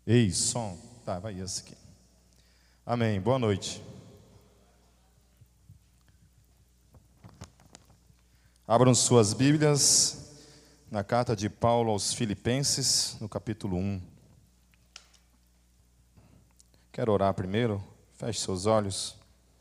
Ei, som. Tá, vai esse aqui. Amém. Boa noite. Abram suas Bíblias na carta de Paulo aos Filipenses, no capítulo 1. Quero orar primeiro? Feche seus olhos.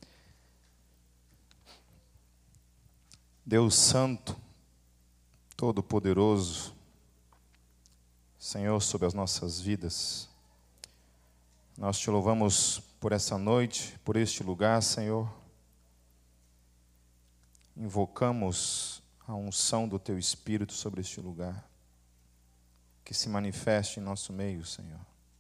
Deus Santo, Todo-Poderoso, Senhor sobre as nossas vidas, nós te louvamos por essa noite, por este lugar, Senhor. Invocamos a unção do Teu Espírito sobre este lugar, que se manifeste em nosso meio, Senhor.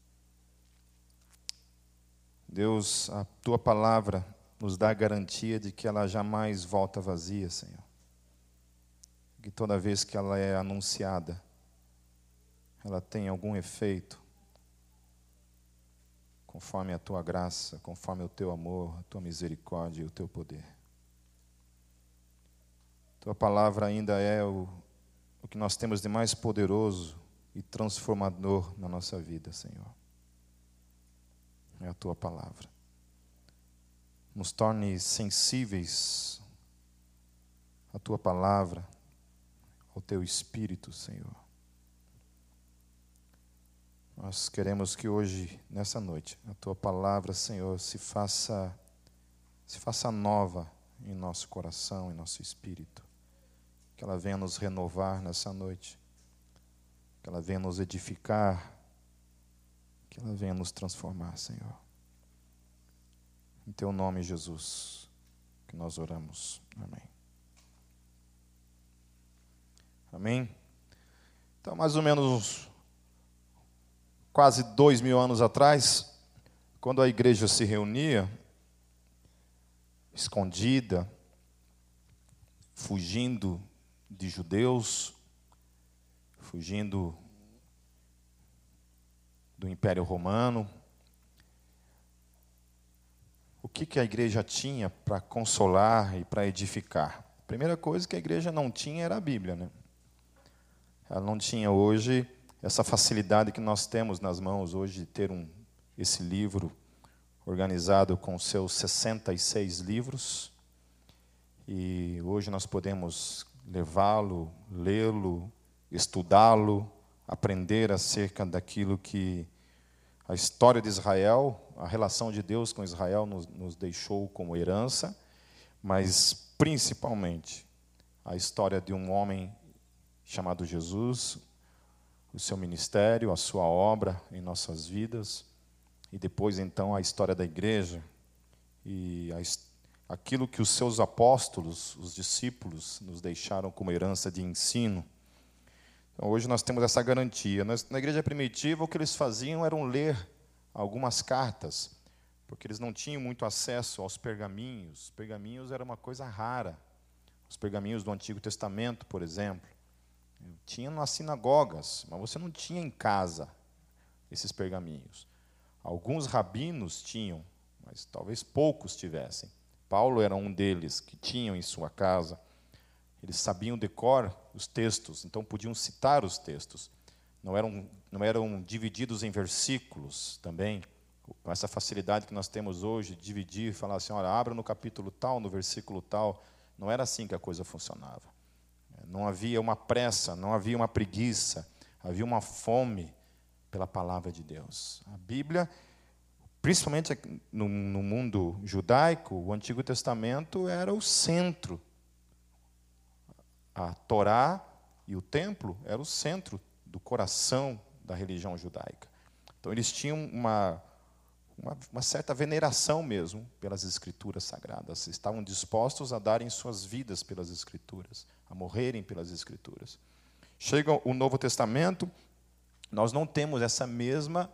Deus, a Tua palavra nos dá a garantia de que ela jamais volta vazia, Senhor. Que toda vez que ela é anunciada, ela tem algum efeito, conforme a Tua graça, conforme o Teu amor, a Tua misericórdia e o Teu poder. Tua palavra ainda é o que nós temos de mais poderoso e transformador na nossa vida, Senhor. É a Tua palavra. Nos torne sensíveis à Tua palavra, ao Teu Espírito, Senhor. Nós queremos que hoje, nessa noite, a Tua palavra, Senhor, se faça nova em nosso coração, em nosso espírito. Que ela venha nos renovar nessa noite. Que ela venha nos edificar. Que ela venha nos transformar, Senhor. Em Teu nome, Jesus, que nós oramos. Amém. Amém? Então, mais ou menos quase 2000 anos atrás, quando a igreja se reunia, escondida, fugindo de judeus, fugindo do Império Romano, o que a igreja tinha para consolar e para edificar? A primeira coisa que a igreja não tinha era a Bíblia, né? Ela não tinha hoje essa facilidade que nós temos nas mãos hoje de ter esse livro organizado com seus 66 livros. E hoje nós podemos levá-lo, lê-lo, estudá-lo, aprender acerca daquilo que a história de Israel, a relação de Deus com Israel nos deixou como herança, mas principalmente a história de um homem chamado Jesus, o seu ministério, a sua obra em nossas vidas, e depois então a história da igreja, e aquilo que os seus apóstolos, os discípulos, nos deixaram como herança de ensino. Então, hoje nós temos essa garantia. Na igreja primitiva, o que eles faziam era ler algumas cartas, porque eles não tinham muito acesso aos pergaminhos. Os pergaminhos era uma coisa rara. Os pergaminhos do Antigo Testamento, por exemplo, tinha nas sinagogas, mas você não tinha em casa esses pergaminhos. Alguns rabinos tinham, mas talvez poucos tivessem. Paulo era um deles que tinham em sua casa. Eles sabiam de cor os textos, então podiam citar os textos. Não eram divididos em versículos também, com essa facilidade que nós temos hoje, de dividir, falar assim, olha, abra no capítulo tal, no versículo tal. Não era assim que a coisa funcionava. Não havia uma pressa, não havia uma preguiça, havia uma fome pela palavra de Deus. A Bíblia, principalmente no mundo judaico, o Antigo Testamento era o centro. A Torá e o templo era o centro do coração da religião judaica. Então eles tinham uma certa veneração mesmo pelas Escrituras Sagradas. Estavam dispostos a darem suas vidas pelas Escrituras, a morrerem pelas Escrituras. Chega o Novo Testamento, nós não temos essa mesma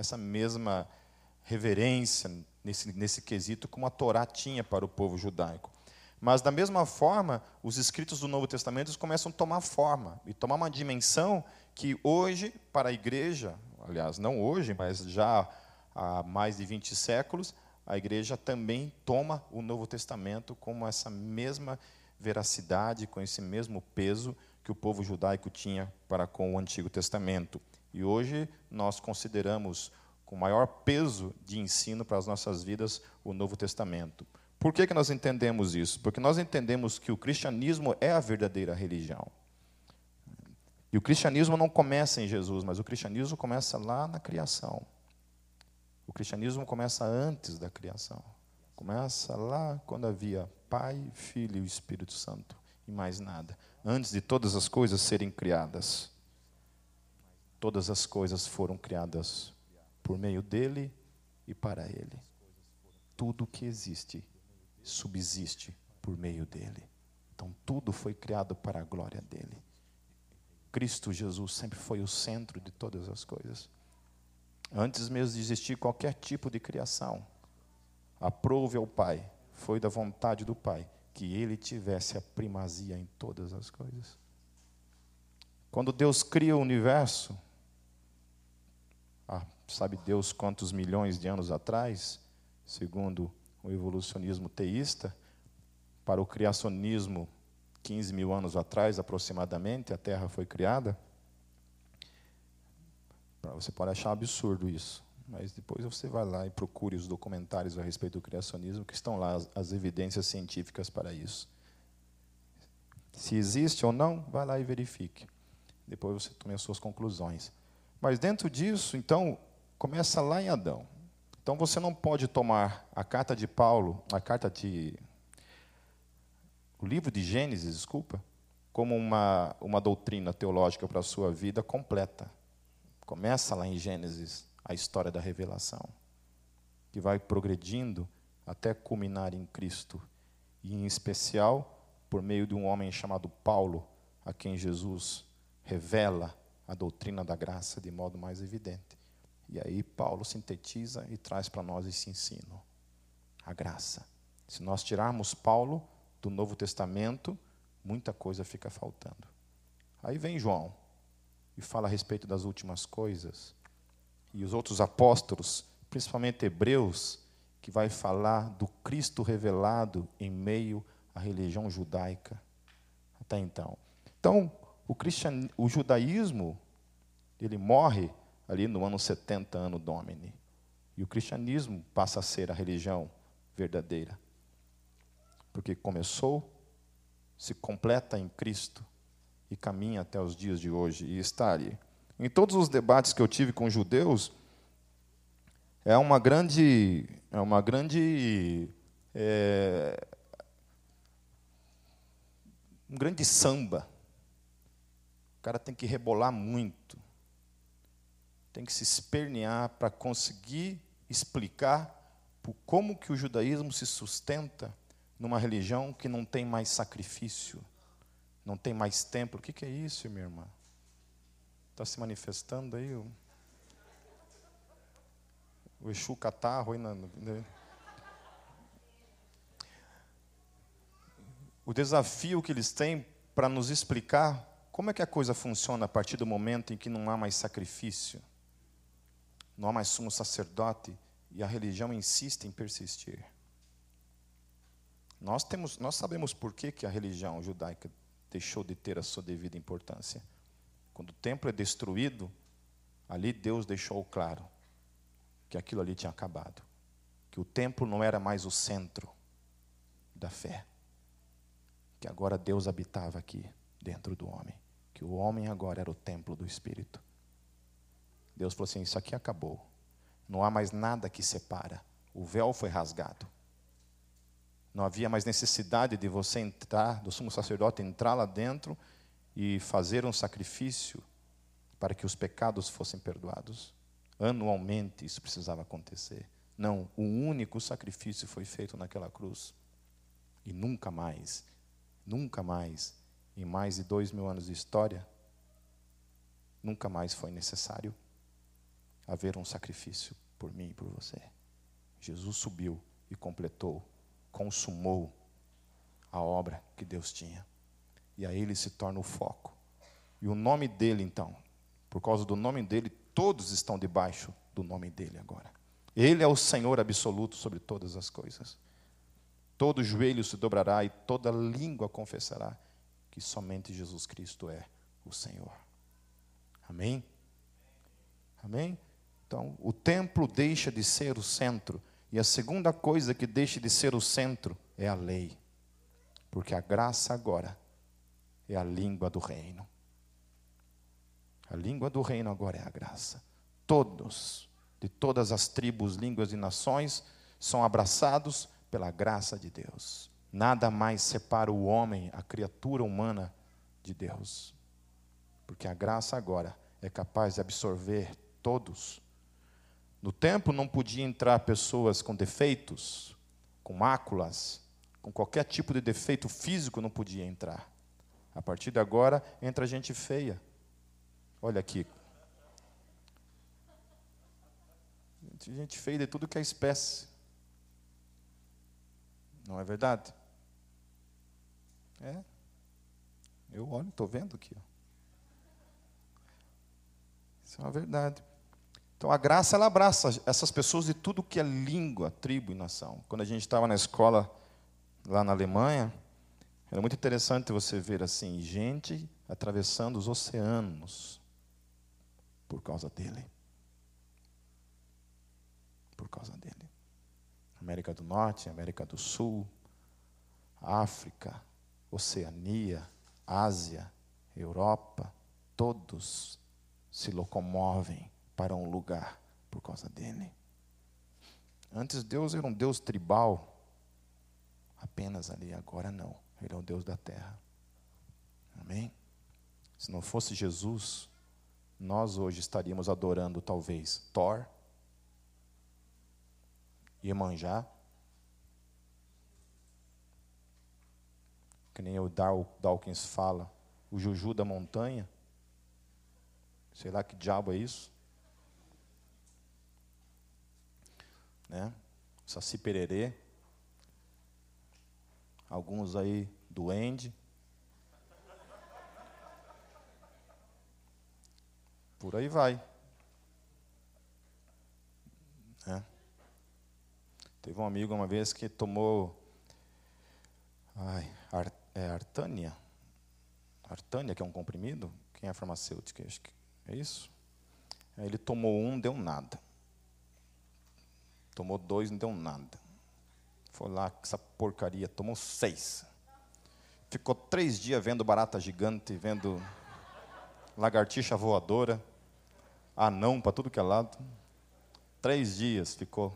reverência nesse quesito como a Torá tinha para o povo judaico. Mas, da mesma forma, os escritos do Novo Testamento começam a tomar forma e tomar uma dimensão que hoje, para a igreja, aliás, não hoje, mas já há mais de 20 séculos, a igreja também toma o Novo Testamento como essa mesma veracidade, com esse mesmo peso que o povo judaico tinha para com o Antigo Testamento. E hoje nós consideramos com maior peso de ensino para as nossas vidas o Novo Testamento. Por que nós entendemos isso? Porque nós entendemos que o cristianismo é a verdadeira religião. E o cristianismo não começa em Jesus, mas o cristianismo começa lá na criação. O cristianismo começa antes da criação. Começa lá quando havia Pai, Filho e o Espírito Santo. E mais nada. Antes de todas as coisas serem criadas. Todas as coisas foram criadas por meio dele e para ele. Tudo que existe subsiste por meio dele. Então tudo foi criado para a glória dele. Cristo Jesus sempre foi o centro de todas as coisas. Antes mesmo de existir qualquer tipo de criação, aprove ao Pai, foi da vontade do Pai, que ele tivesse a primazia em todas as coisas. Quando Deus cria o universo, sabe Deus quantos milhões de anos atrás, segundo o evolucionismo teísta, para o criacionismo, 15 mil anos atrás, aproximadamente, a Terra foi criada. Você pode achar absurdo isso, mas depois você vai lá e procure os documentários a respeito do criacionismo, que estão lá as evidências científicas para isso. Se existe ou não, vai lá e verifique. Depois você tome as suas conclusões. Mas dentro disso, então, começa lá em Adão. Então você não pode tomar a carta de Paulo, o livro de Gênesis, desculpa, como uma doutrina teológica para a sua vida completa. Começa lá em Gênesis a história da revelação, que vai progredindo até culminar em Cristo, e em especial por meio de um homem chamado Paulo, a quem Jesus revela a doutrina da graça de modo mais evidente. E aí Paulo sintetiza e traz para nós esse ensino, a graça. Se nós tirarmos Paulo do Novo Testamento, muita coisa fica faltando. Aí vem João e fala a respeito das últimas coisas. E os outros apóstolos, principalmente Hebreus, que vai falar do Cristo revelado em meio à religião judaica até então. Então, o judaísmo, ele morre ali no ano 70 Anno Domini. E o cristianismo passa a ser a religião verdadeira. Porque começou, se completa em Cristo e caminha até os dias de hoje e está ali. Em todos os debates que eu tive com judeus, um grande samba. O cara tem que rebolar muito, tem que se espernear para conseguir explicar como que o judaísmo se sustenta numa religião que não tem mais sacrifício, não tem mais templo. O que é isso, minha irmã? Está se manifestando aí o Exu Catarro aí o desafio que eles têm para nos explicar como é que a coisa funciona a partir do momento em que não há mais sacrifício, não há mais sumo sacerdote e a religião insiste em persistir. Nós sabemos por que a religião judaica deixou de ter a sua devida importância. Quando o templo é destruído, ali Deus deixou claro que aquilo ali tinha acabado, que o templo não era mais o centro da fé, que agora Deus habitava aqui dentro do homem, que o homem agora era o templo do Espírito. Deus falou assim: isso aqui acabou, não há mais nada que separa, o véu foi rasgado. Não havia mais necessidade de você entrar, do sumo sacerdote entrar lá dentro e fazer um sacrifício para que os pecados fossem perdoados. Anualmente isso precisava acontecer. Não, o único sacrifício foi feito naquela cruz. E nunca mais, em mais de 2000 anos de história, nunca mais foi necessário haver um sacrifício por mim e por você. Jesus subiu e completou, consumou a obra que Deus tinha. E aí ele se torna o foco. E o nome dele, então, por causa do nome dele, todos estão debaixo do nome dele agora. Ele é o Senhor absoluto sobre todas as coisas. Todo joelho se dobrará e toda língua confessará que somente Jesus Cristo é o Senhor. Amém? Amém? Então, o templo deixa de ser o centro. E a segunda coisa que deixa de ser o centro é a lei. Porque a graça agora é a língua do reino. A língua do reino agora é a graça. Todos, de todas as tribos, línguas e nações, são abraçados pela graça de Deus. Nada mais separa o homem, a criatura humana, de Deus. Porque a graça agora é capaz de absorver todos. No templo não podia entrar pessoas com defeitos, com máculas, com qualquer tipo de defeito físico não podia entrar. A partir de agora, entra gente feia. Olha aqui. Gente feia de tudo que é espécie. Não é verdade? É. Eu olho, estou vendo aqui. Isso é uma verdade. Então, a graça, ela abraça essas pessoas de tudo que é língua, tribo e nação. Quando a gente estava na escola, lá na Alemanha, era muito interessante você ver assim, gente atravessando os oceanos por causa dele. Por causa dele. América do Norte, América do Sul, África, Oceania, Ásia, Europa, todos se locomovem para um lugar por causa dele. Antes Deus era um Deus tribal, apenas ali, agora não. Ele é o Deus da terra. Amém? Se não fosse Jesus, nós hoje estaríamos adorando talvez Thor, Iemanjá, que nem o Dawkins fala, o Juju da montanha, sei lá que diabo é isso, né? Saci Pererê, alguns aí duende, por aí vai, né? Teve um amigo uma vez que tomou Artânia, que é um comprimido. Quem é farmacêutica? Acho que é isso. Aí ele tomou um, deu nada. Tomou 2, não deu nada. Foi lá, essa porcaria, tomou 6. Ficou 3 dias vendo barata gigante, vendo lagartixa voadora, anão para tudo que é lado. 3 dias ficou.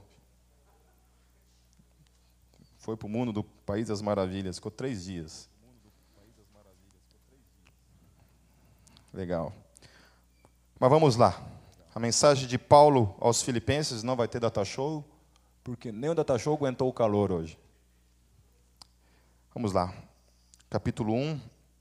Foi para o mundo do País das Maravilhas, ficou 3 dias. Legal. Mas vamos lá. A mensagem de Paulo aos Filipenses, não vai ter data show, porque nem o data show aguentou o calor hoje. Vamos lá. Capítulo 1.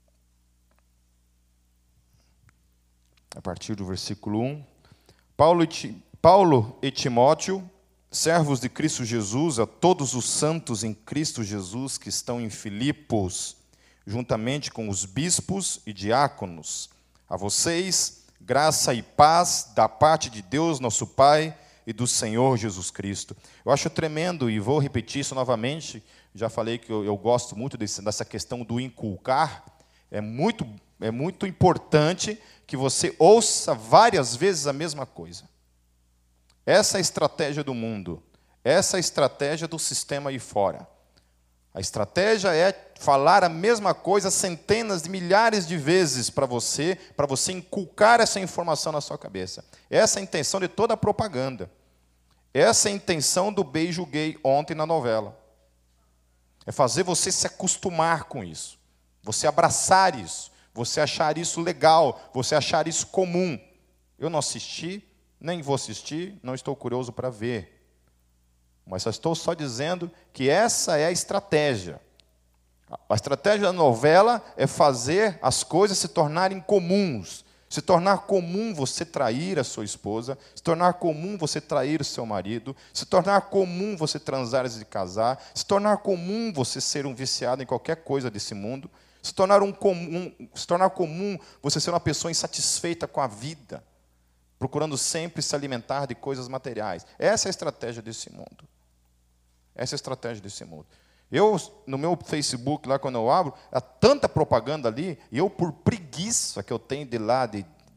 A partir do versículo 1. Paulo e Timóteo, servos de Cristo Jesus, a todos os santos em Cristo Jesus que estão em Filipos, juntamente com os bispos e diáconos, a vocês, graça e paz da parte de Deus, nosso Pai, e do Senhor Jesus Cristo. Eu acho tremendo, e vou repetir isso novamente, já falei que eu gosto muito dessa questão do inculcar. É muito importante que você ouça várias vezes a mesma coisa. Essa é a estratégia do mundo. Essa é a estratégia do sistema aí fora. A estratégia é falar a mesma coisa centenas de milhares de vezes para você inculcar essa informação na sua cabeça. Essa é a intenção de toda a propaganda. Essa é a intenção do beijo gay ontem na novela. É fazer você se acostumar com isso. Você abraçar isso. Você achar isso legal. Você achar isso comum. Eu não assisti, nem vou assistir, não estou curioso para ver. Mas estou só dizendo que essa é a estratégia. A estratégia da novela é fazer as coisas se tornarem comuns. Se tornar comum você trair a sua esposa, se tornar comum você trair o seu marido, se tornar comum você transar antes de casar, se tornar comum você ser um viciado em qualquer coisa desse mundo, se tornar comum você ser uma pessoa insatisfeita com a vida, procurando sempre se alimentar de coisas materiais. Essa é a estratégia desse mundo. Essa é a estratégia desse mundo. Eu, no meu Facebook, lá quando eu abro, há tanta propaganda ali, e eu, por preguiça que eu tenho de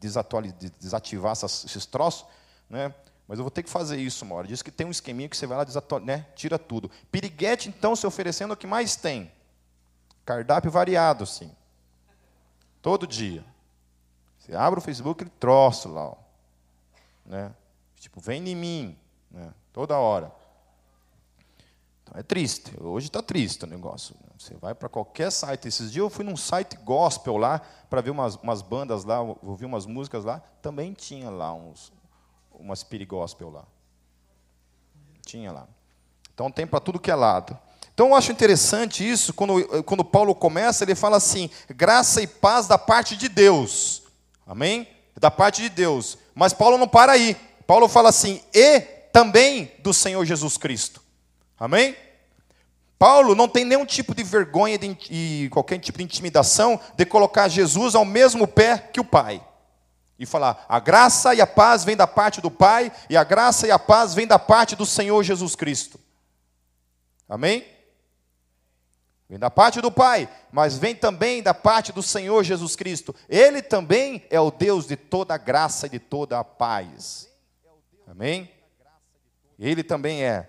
desativar esses troços, né? Mas eu vou ter que fazer isso uma hora. Diz que tem um esqueminha que você vai lá, né? Tira tudo. Piriguete, então, se oferecendo o que mais tem. Cardápio variado, sim. Todo dia. Você abre o Facebook, ele troço lá. Ó, né? Tipo, vem em mim. Né? Toda hora. Então, é triste. Hoje está triste o negócio. Você vai para qualquer site. Esses dias eu fui num site gospel lá, para ver umas bandas lá, ouvir umas músicas lá. Também tinha lá umas pirigospel lá. Tinha lá. Então tem para tudo que é lado. Então eu acho interessante isso, quando Paulo começa, ele fala assim, graça e paz da parte de Deus. Amém? Da parte de Deus. Mas Paulo não para aí. Paulo fala assim, e também do Senhor Jesus Cristo. Amém? Paulo não tem nenhum tipo de vergonha e qualquer tipo de intimidação de colocar Jesus ao mesmo pé que o Pai. E falar, a graça e a paz vem da parte do Pai, e a graça e a paz vem da parte do Senhor Jesus Cristo. Amém? Vem da parte do Pai, mas vem também da parte do Senhor Jesus Cristo. Ele também é o Deus de toda a graça e de toda a paz. Amém? Ele também é.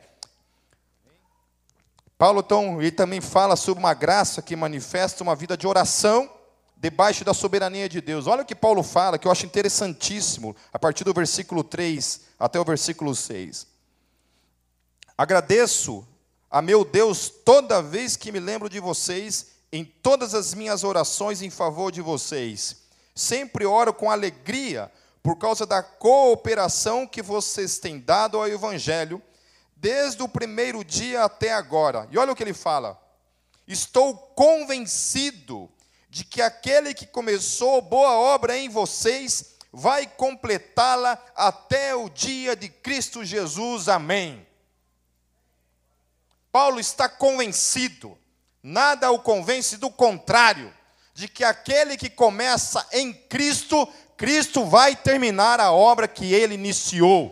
Paulo, então, ele também fala sobre uma graça que manifesta uma vida de oração, debaixo da soberania de Deus. Olha o que Paulo fala, que eu acho interessantíssimo, a partir do versículo 3 até o versículo 6. Agradeço a meu Deus toda vez que me lembro de vocês, em todas as minhas orações em favor de vocês. Sempre oro com alegria, por causa da cooperação que vocês têm dado ao Evangelho, desde o primeiro dia até agora. E olha o que ele fala. Estou convencido de que aquele que começou boa obra em vocês vai completá-la até o dia de Cristo Jesus. Amém. Paulo está convencido, nada o convence do contrário, de que aquele que começa em Cristo, Cristo vai terminar a obra que ele iniciou.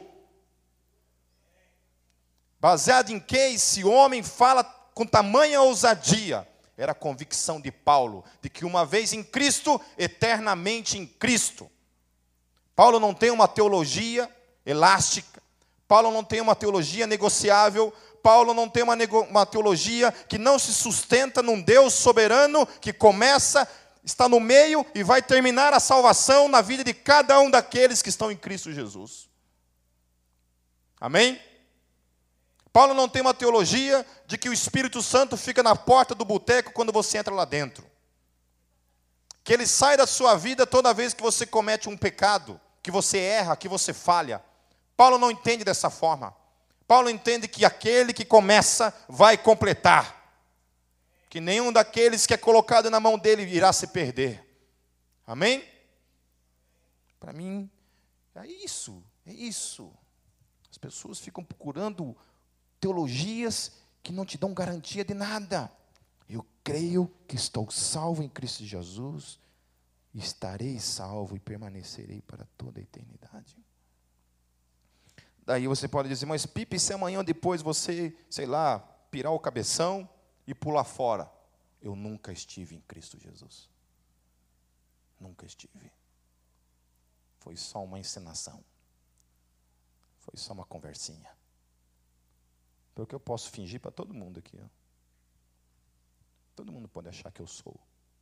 Baseado em que esse homem fala com tamanha ousadia? Era a convicção de Paulo, de que uma vez em Cristo, eternamente em Cristo. Paulo não tem uma teologia elástica, Paulo não tem uma teologia negociável, Paulo não tem uma teologia que não se sustenta num Deus soberano, que começa, está no meio e vai terminar a salvação na vida de cada um daqueles que estão em Cristo Jesus. Amém? Paulo não tem uma teologia de que o Espírito Santo fica na porta do boteco quando você entra lá dentro. Que ele sai da sua vida toda vez que você comete um pecado, que você erra, que você falha. Paulo não entende dessa forma. Paulo entende que aquele que começa vai completar. Que nenhum daqueles que é colocado na mão dele irá se perder. Amém? Para mim, é isso, é isso. As pessoas ficam procurando teologias que não te dão garantia de nada. Eu creio que estou salvo em Cristo Jesus, estarei salvo e permanecerei para toda a eternidade. Daí você pode dizer, mas Pipe, se amanhã ou depois você, sei lá, pirar o cabeção e pular fora. Eu nunca estive em Cristo Jesus. Nunca estive. Foi só uma encenação. Foi só uma conversinha. Porque eu posso fingir para todo mundo aqui. Ó. Todo mundo pode achar que eu sou.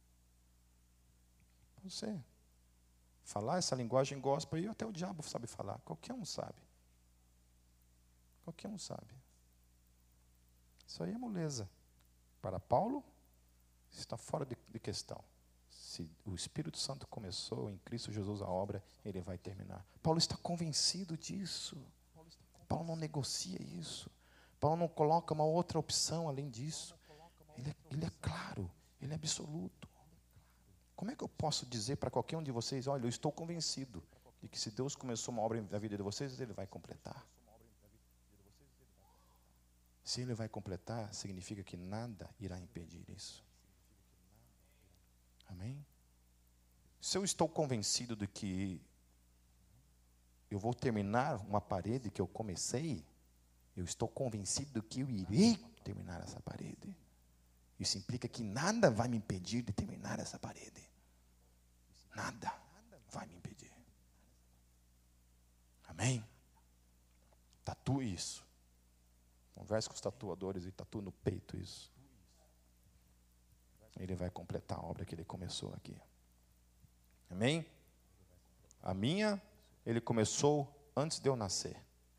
Você falar essa linguagem gospel, e até o diabo sabe falar. Qualquer um sabe. Qualquer um sabe. Isso aí é moleza. Para Paulo, está fora de questão. Se o Espírito Santo começou em Cristo Jesus a obra, ele vai terminar. Paulo está convencido disso. Paulo não negocia isso. Paulo não coloca uma outra opção além disso. Ele é claro, ele é absoluto. Como é que eu posso dizer para qualquer um de vocês, olha, eu estou convencido de que se Deus começou uma obra na vida de vocês, ele vai completar. Se ele vai completar, significa que nada irá impedir isso. Amém? Se eu estou convencido de que eu vou terminar uma parede que eu comecei, eu estou convencido de que eu irei terminar essa parede. Isso implica que nada vai me impedir de terminar essa parede. Nada vai me impedir. Amém? Tatue isso. Converse com os tatuadores e tatue no peito isso. Ele vai completar a obra que ele começou aqui. Amém? A minha, ele começou antes de eu nascer.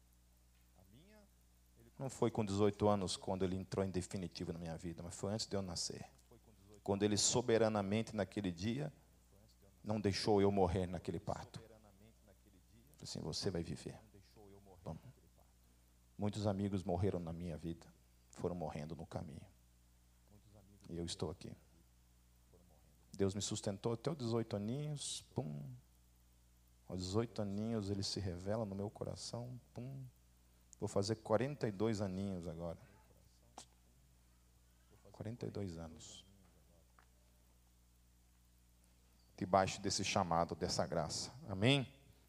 Não foi com 18 anos quando ele entrou em definitivo na minha vida, mas foi antes de eu nascer. Quando ele soberanamente naquele dia não deixou eu morrer naquele parto. Falei assim, você vai viver. Bom, muitos amigos morreram na minha vida, foram morrendo no caminho. E eu estou aqui. Deus me sustentou até os 18 aninhos, pum. Aos 18 aninhos ele se revela no meu coração, pum. Vou fazer 42 aninhos agora. 42 anos. Debaixo desse chamado, dessa graça. Amém?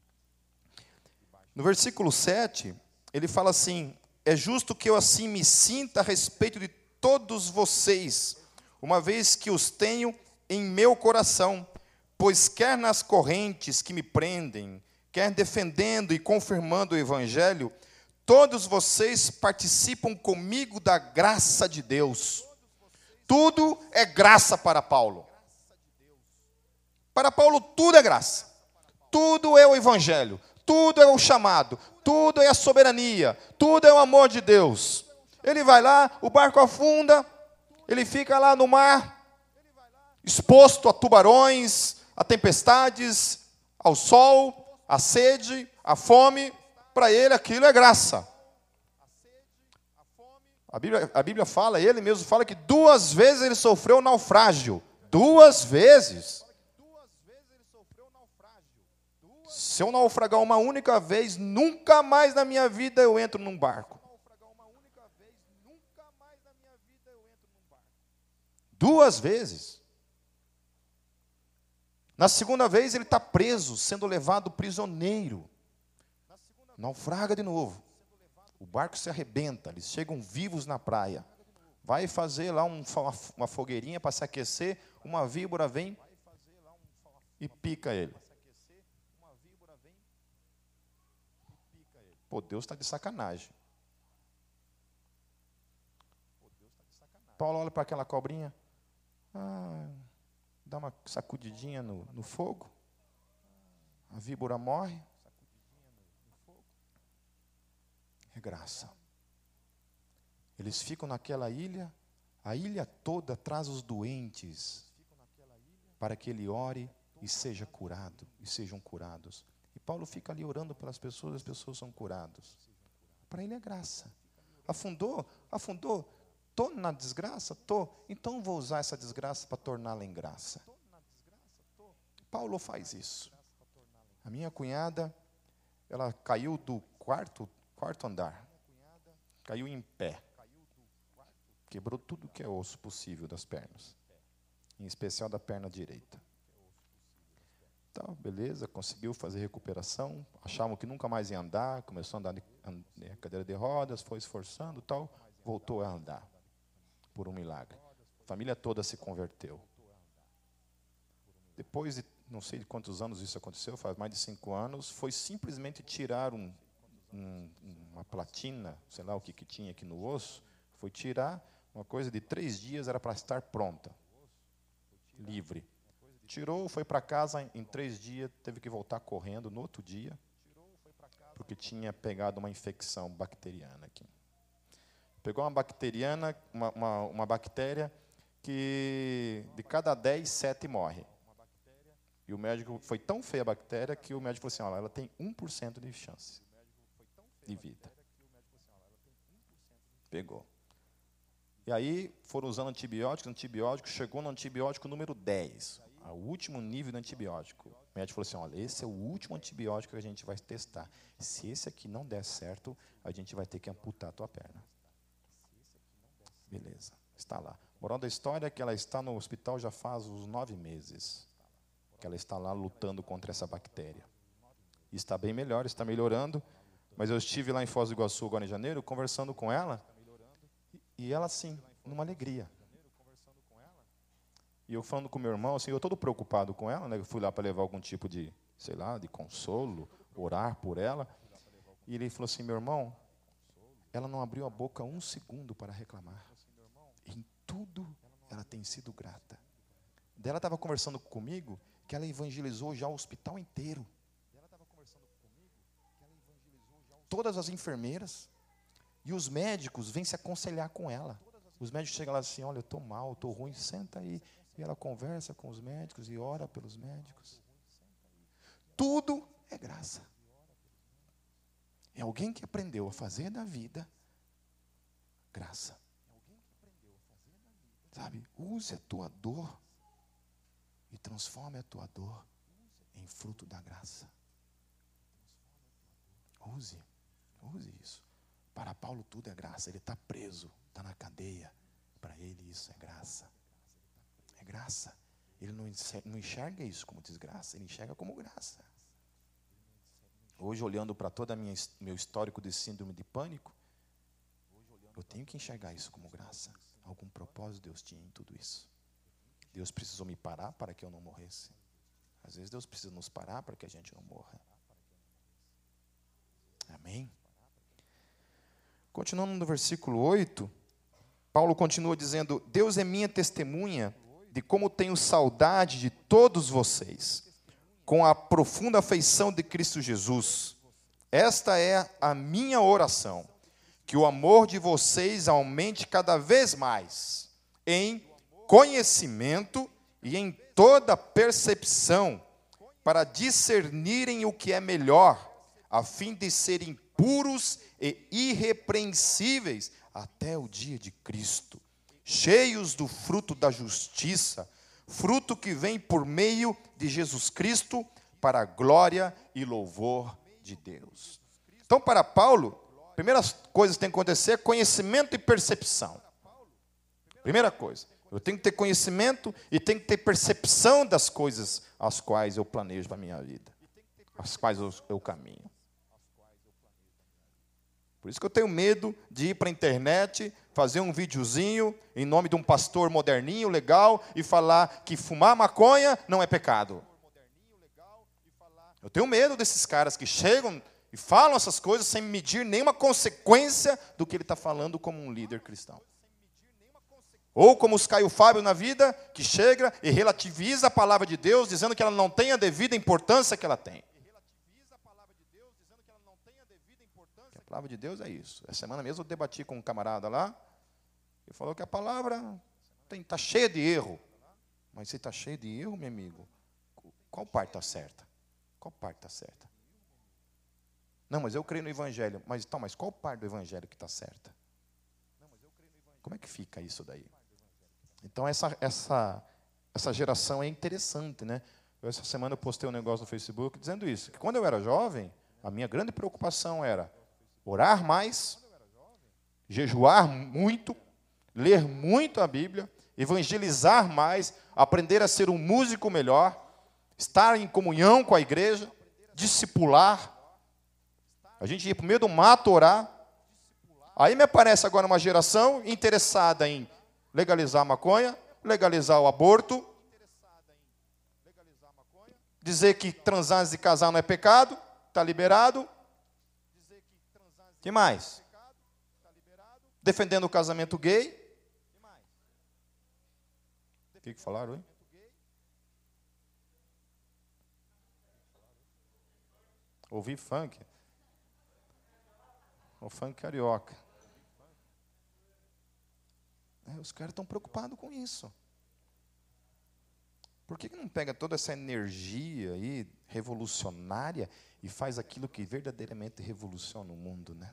No versículo 7, ele fala assim, é justo que eu assim me sinta a respeito de todos vocês, uma vez que os tenho em meu coração, pois quer nas correntes que me prendem, quer defendendo e confirmando o Evangelho, todos vocês participam comigo da graça de Deus. Tudo é graça para Paulo. Para Paulo tudo é graça. Tudo é o Evangelho. Tudo é o chamado. Tudo é a soberania. Tudo é o amor de Deus. Ele vai lá, o barco afunda, ele fica lá no mar, exposto a tubarões, a tempestades, ao sol, à sede, à fome. Para ele aquilo é graça. A Bíblia fala, ele mesmo fala que 2 vezes ele sofreu naufrágio. 2 vezes. Se eu naufragar uma única vez, nunca mais na minha vida eu entro num barco. 2 vezes. Na segunda vez ele está preso, sendo levado prisioneiro. Naufraga de novo. O barco se arrebenta, eles chegam vivos na praia. Vai fazer lá uma fogueirinha para se aquecer, uma víbora vem e pica ele. Pô, Deus está de sacanagem. Paulo olha para aquela cobrinha, dá uma sacudidinha no fogo, a víbora morre. É graça. Eles ficam naquela ilha, a ilha toda traz os doentes para que ele ore e seja curado, e sejam curados. E Paulo fica ali orando pelas pessoas, as pessoas são curadas. Para ele é graça. Afundou? Estou na desgraça? Estou. Então vou usar essa desgraça para torná-la em graça. Paulo faz isso. A minha cunhada, ela caiu do quarto andar. Caiu em pé. Quebrou tudo que é osso possível das pernas. Em especial da perna direita. Então, beleza, conseguiu fazer recuperação. Achavam que nunca mais ia andar. Começou a andar de cadeira de rodas, foi esforçando, tal. Voltou a andar. Por um milagre. A família toda se converteu. Depois de, não sei de quantos anos isso aconteceu, faz mais de 5 anos, foi simplesmente tirar uma platina, sei lá o que tinha aqui no osso, foi tirar uma coisa de 3 dias, era para estar pronta, livre. Tirou, foi para casa, em 3 dias, teve que voltar correndo no outro dia, porque tinha pegado uma infecção bacteriana aqui. Pegou uma bacteriana, uma bactéria que de cada 10, 7 morre. E o médico, foi tão feia a bactéria que o médico falou assim, olha, ela tem 1% de chance de vida. Pegou. E aí foram usando antibiótico, chegou no antibiótico número 10, o último nível de antibiótico. O médico falou assim, olha, esse é o último antibiótico que a gente vai testar. Se esse aqui não der certo, a gente vai ter que amputar a tua perna. Beleza, está lá. Moral da história é que ela está no hospital já faz uns 9 meses. Que ela está lá lutando contra essa bactéria. E está bem melhor, está melhorando. Mas eu estive lá em Foz do Iguaçu, agora em janeiro, conversando com ela. E ela, assim, numa alegria. E eu falando com meu irmão, assim, eu todo preocupado com ela, né? Eu fui lá para levar algum tipo de, sei lá, de consolo, orar por ela. E ele falou assim, meu irmão, ela não abriu a boca um segundo para reclamar. Em tudo ela tem sido grata. Daí ela estava conversando comigo que ela evangelizou já o hospital inteiro. Todas as enfermeiras e os médicos vêm se aconselhar com ela. Os médicos chegam lá assim, olha, eu estou mal, estou ruim, senta aí. E ela conversa com os médicos e ora pelos médicos. Tudo é graça. É alguém que aprendeu a fazer da vida graça. Sabe, use a tua dor e transforme a tua dor em fruto da graça. Use isso. Para Paulo tudo é graça. Ele está preso, está na cadeia. Para ele isso é graça. É graça. Ele não enxerga isso como desgraça, ele enxerga como graça. Hoje, olhando para todo meu histórico de síndrome de pânico, eu tenho que enxergar isso como graça. Algum propósito Deus tinha em tudo isso. Deus precisou me parar para que eu não morresse. Às vezes Deus precisa nos parar para que a gente não morra. Amém? Continuando no versículo 8, Paulo continua dizendo, Deus é minha testemunha de como tenho saudade de todos vocês, com a profunda afeição de Cristo Jesus. Esta é a minha oração, que o amor de vocês aumente cada vez mais, em conhecimento e em toda percepção, para discernirem o que é melhor, a fim de serem puros e irrepreensíveis até o dia de Cristo, cheios do fruto da justiça, fruto que vem por meio de Jesus Cristo, para a glória e louvor de Deus. Então, para Paulo, primeiras coisas que tem que acontecer é conhecimento e percepção. Primeira coisa, eu tenho que ter conhecimento e tenho que ter percepção das coisas as quais eu planejo para a minha vida, as quais eu caminho. Por isso que eu tenho medo de ir para a internet, fazer um videozinho em nome de um pastor moderninho, legal, e falar que fumar maconha não é pecado. Eu tenho medo desses caras que chegam e falam essas coisas sem medir nenhuma consequência do que ele está falando como um líder cristão. Ou como os Caio Fábio na vida, que chega e relativiza a palavra de Deus, dizendo que ela não tem a devida importância que ela tem. A palavra de Deus é isso. Essa semana mesmo eu debati com um camarada lá, e falou que a palavra está cheia de erro. Mas se está cheia de erro, meu amigo, qual parte está certa? Qual parte está certa? Não, mas eu creio no Evangelho. Mas qual parte do Evangelho que está certa? Como é que fica isso daí? Então, essa geração é interessante, né? Essa semana eu postei um negócio no Facebook dizendo isso, que quando eu era jovem, a minha grande preocupação era orar mais, jejuar muito, ler muito a Bíblia, evangelizar mais, aprender a ser um músico melhor, estar em comunhão com a igreja, discipular. A gente ia para o meio do mato orar. Aí me aparece agora uma geração interessada em legalizar a maconha, legalizar o aborto, dizer que transar antes de casar não é pecado, está liberado. O que mais? Defendendo o casamento gay. O que falaram, hein? Ouvi funk. O funk carioca. Os caras estão preocupados com isso. Por que não pega toda essa energia aí revolucionária e faz aquilo que verdadeiramente revoluciona o mundo, né?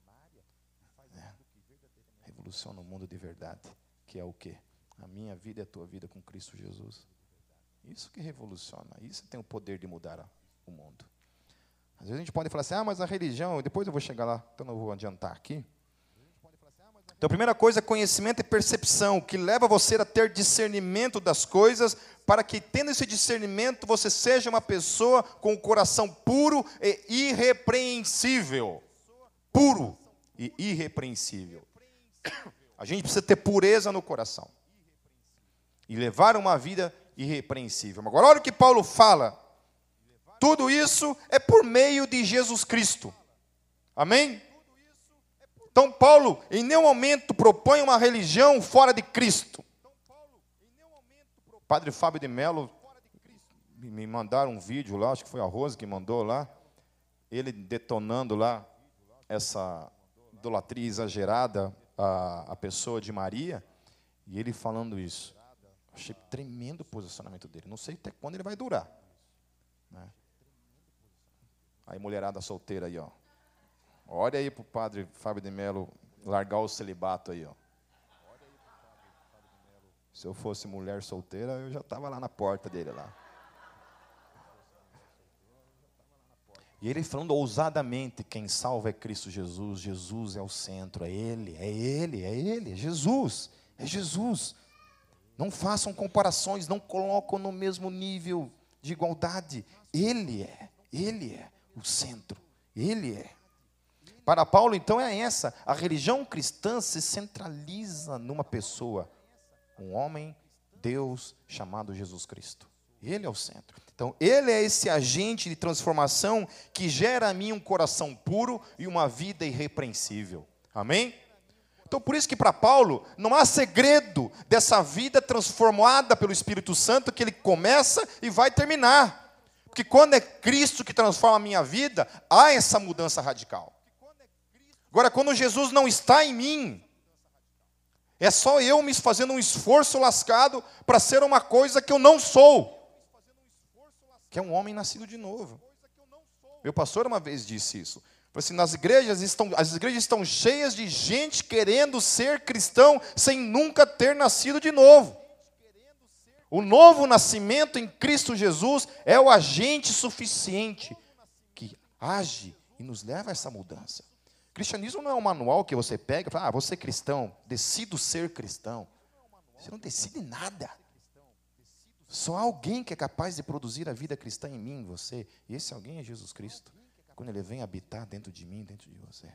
Revoluciona o mundo de verdade, que é o quê? A minha vida e a tua vida com Cristo Jesus. Isso que revoluciona, isso tem o poder de mudar o mundo. Às vezes a gente pode falar assim, mas a religião, depois eu vou chegar lá, então não vou adiantar aqui. Então a primeira coisa é conhecimento e percepção, que leva você a ter discernimento das coisas, para que tendo esse discernimento você seja uma pessoa com o coração puro e irrepreensível. Puro e irrepreensível. A gente precisa ter pureza no coração e levar uma vida irrepreensível. Agora olha o que Paulo fala. Tudo isso é por meio de Jesus Cristo. Amém? Então Paulo em nenhum momento propõe uma religião fora de Cristo. Padre Fábio de Mello me mandaram um vídeo lá, acho que foi a Rose que mandou lá, ele detonando lá essa idolatria exagerada à pessoa de Maria, e ele falando isso. Achei tremendo o posicionamento dele. Não sei até quando ele vai durar, né? Aí, mulherada solteira aí, ó. Olha aí para o padre Fábio de Mello largar o celibato aí, ó. Se eu fosse mulher solteira, eu já estava lá na porta dele lá. E ele falando ousadamente, quem salva é Cristo Jesus, Jesus é o centro, é Ele, é Ele, é Ele, é Jesus, é Jesus. Não façam comparações, não colocam no mesmo nível de igualdade. Ele é o centro, Ele é. Para Paulo, então, é essa, a religião cristã se centraliza numa pessoa, um homem, Deus, chamado Jesus Cristo. Ele é o centro. Então, Ele é esse agente de transformação que gera a mim um coração puro e uma vida irrepreensível. Amém? Então, por isso que para Paulo, não há segredo dessa vida transformada pelo Espírito Santo, que ele começa e vai terminar. Porque quando é Cristo que transforma a minha vida, há essa mudança radical. Agora, quando Jesus não está em mim, é só eu me fazendo um esforço lascado para ser uma coisa que eu não sou. Que é um homem nascido de novo. Meu pastor uma vez disse isso. Falou assim, as igrejas estão cheias de gente querendo ser cristão sem nunca ter nascido de novo. O novo nascimento em Cristo Jesus é o agente suficiente que age e nos leva a essa mudança. O cristianismo não é um manual que você pega e fala, vou ser cristão, decido ser cristão. Você não decide nada. Só há alguém que é capaz de produzir a vida cristã em mim, em você. E esse alguém é Jesus Cristo. Quando Ele vem habitar dentro de mim, dentro de você.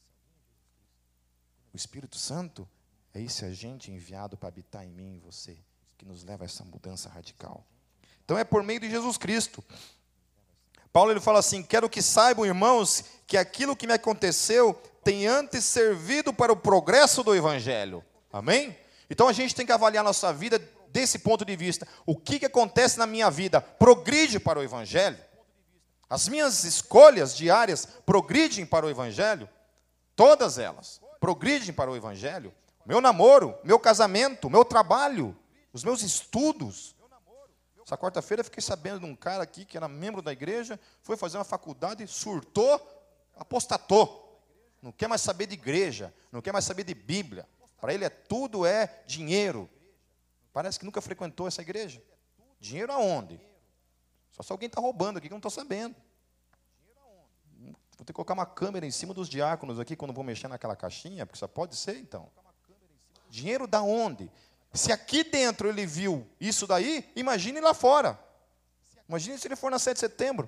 O Espírito Santo é esse agente enviado para habitar em mim, em você, que nos leva a essa mudança radical. Então é por meio de Jesus Cristo. Paulo ele fala assim, quero que saibam, irmãos, que aquilo que me aconteceu tem antes servido para o progresso do Evangelho. Amém? Então a gente tem que avaliar a nossa vida desse ponto de vista. O que acontece na minha vida progride para o Evangelho? As minhas escolhas diárias progridem para o Evangelho? Todas elas progridem para o Evangelho? Meu namoro, meu casamento, meu trabalho, os meus estudos. Essa quarta-feira eu fiquei sabendo de um cara aqui que era membro da igreja, foi fazer uma faculdade, surtou, apostatou. Não quer mais saber de igreja, não quer mais saber de Bíblia. Para ele tudo é dinheiro. Parece que nunca frequentou essa igreja. Dinheiro aonde? Só se alguém está roubando aqui que eu não estou sabendo. Vou ter que colocar uma câmera em cima dos diáconos aqui quando vou mexer naquela caixinha, porque só pode ser então. Dinheiro da onde? Se aqui dentro ele viu isso daí, imagine lá fora. Imagine se ele for na 7 de setembro.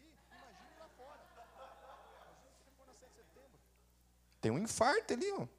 Tem um infarto ali, ó.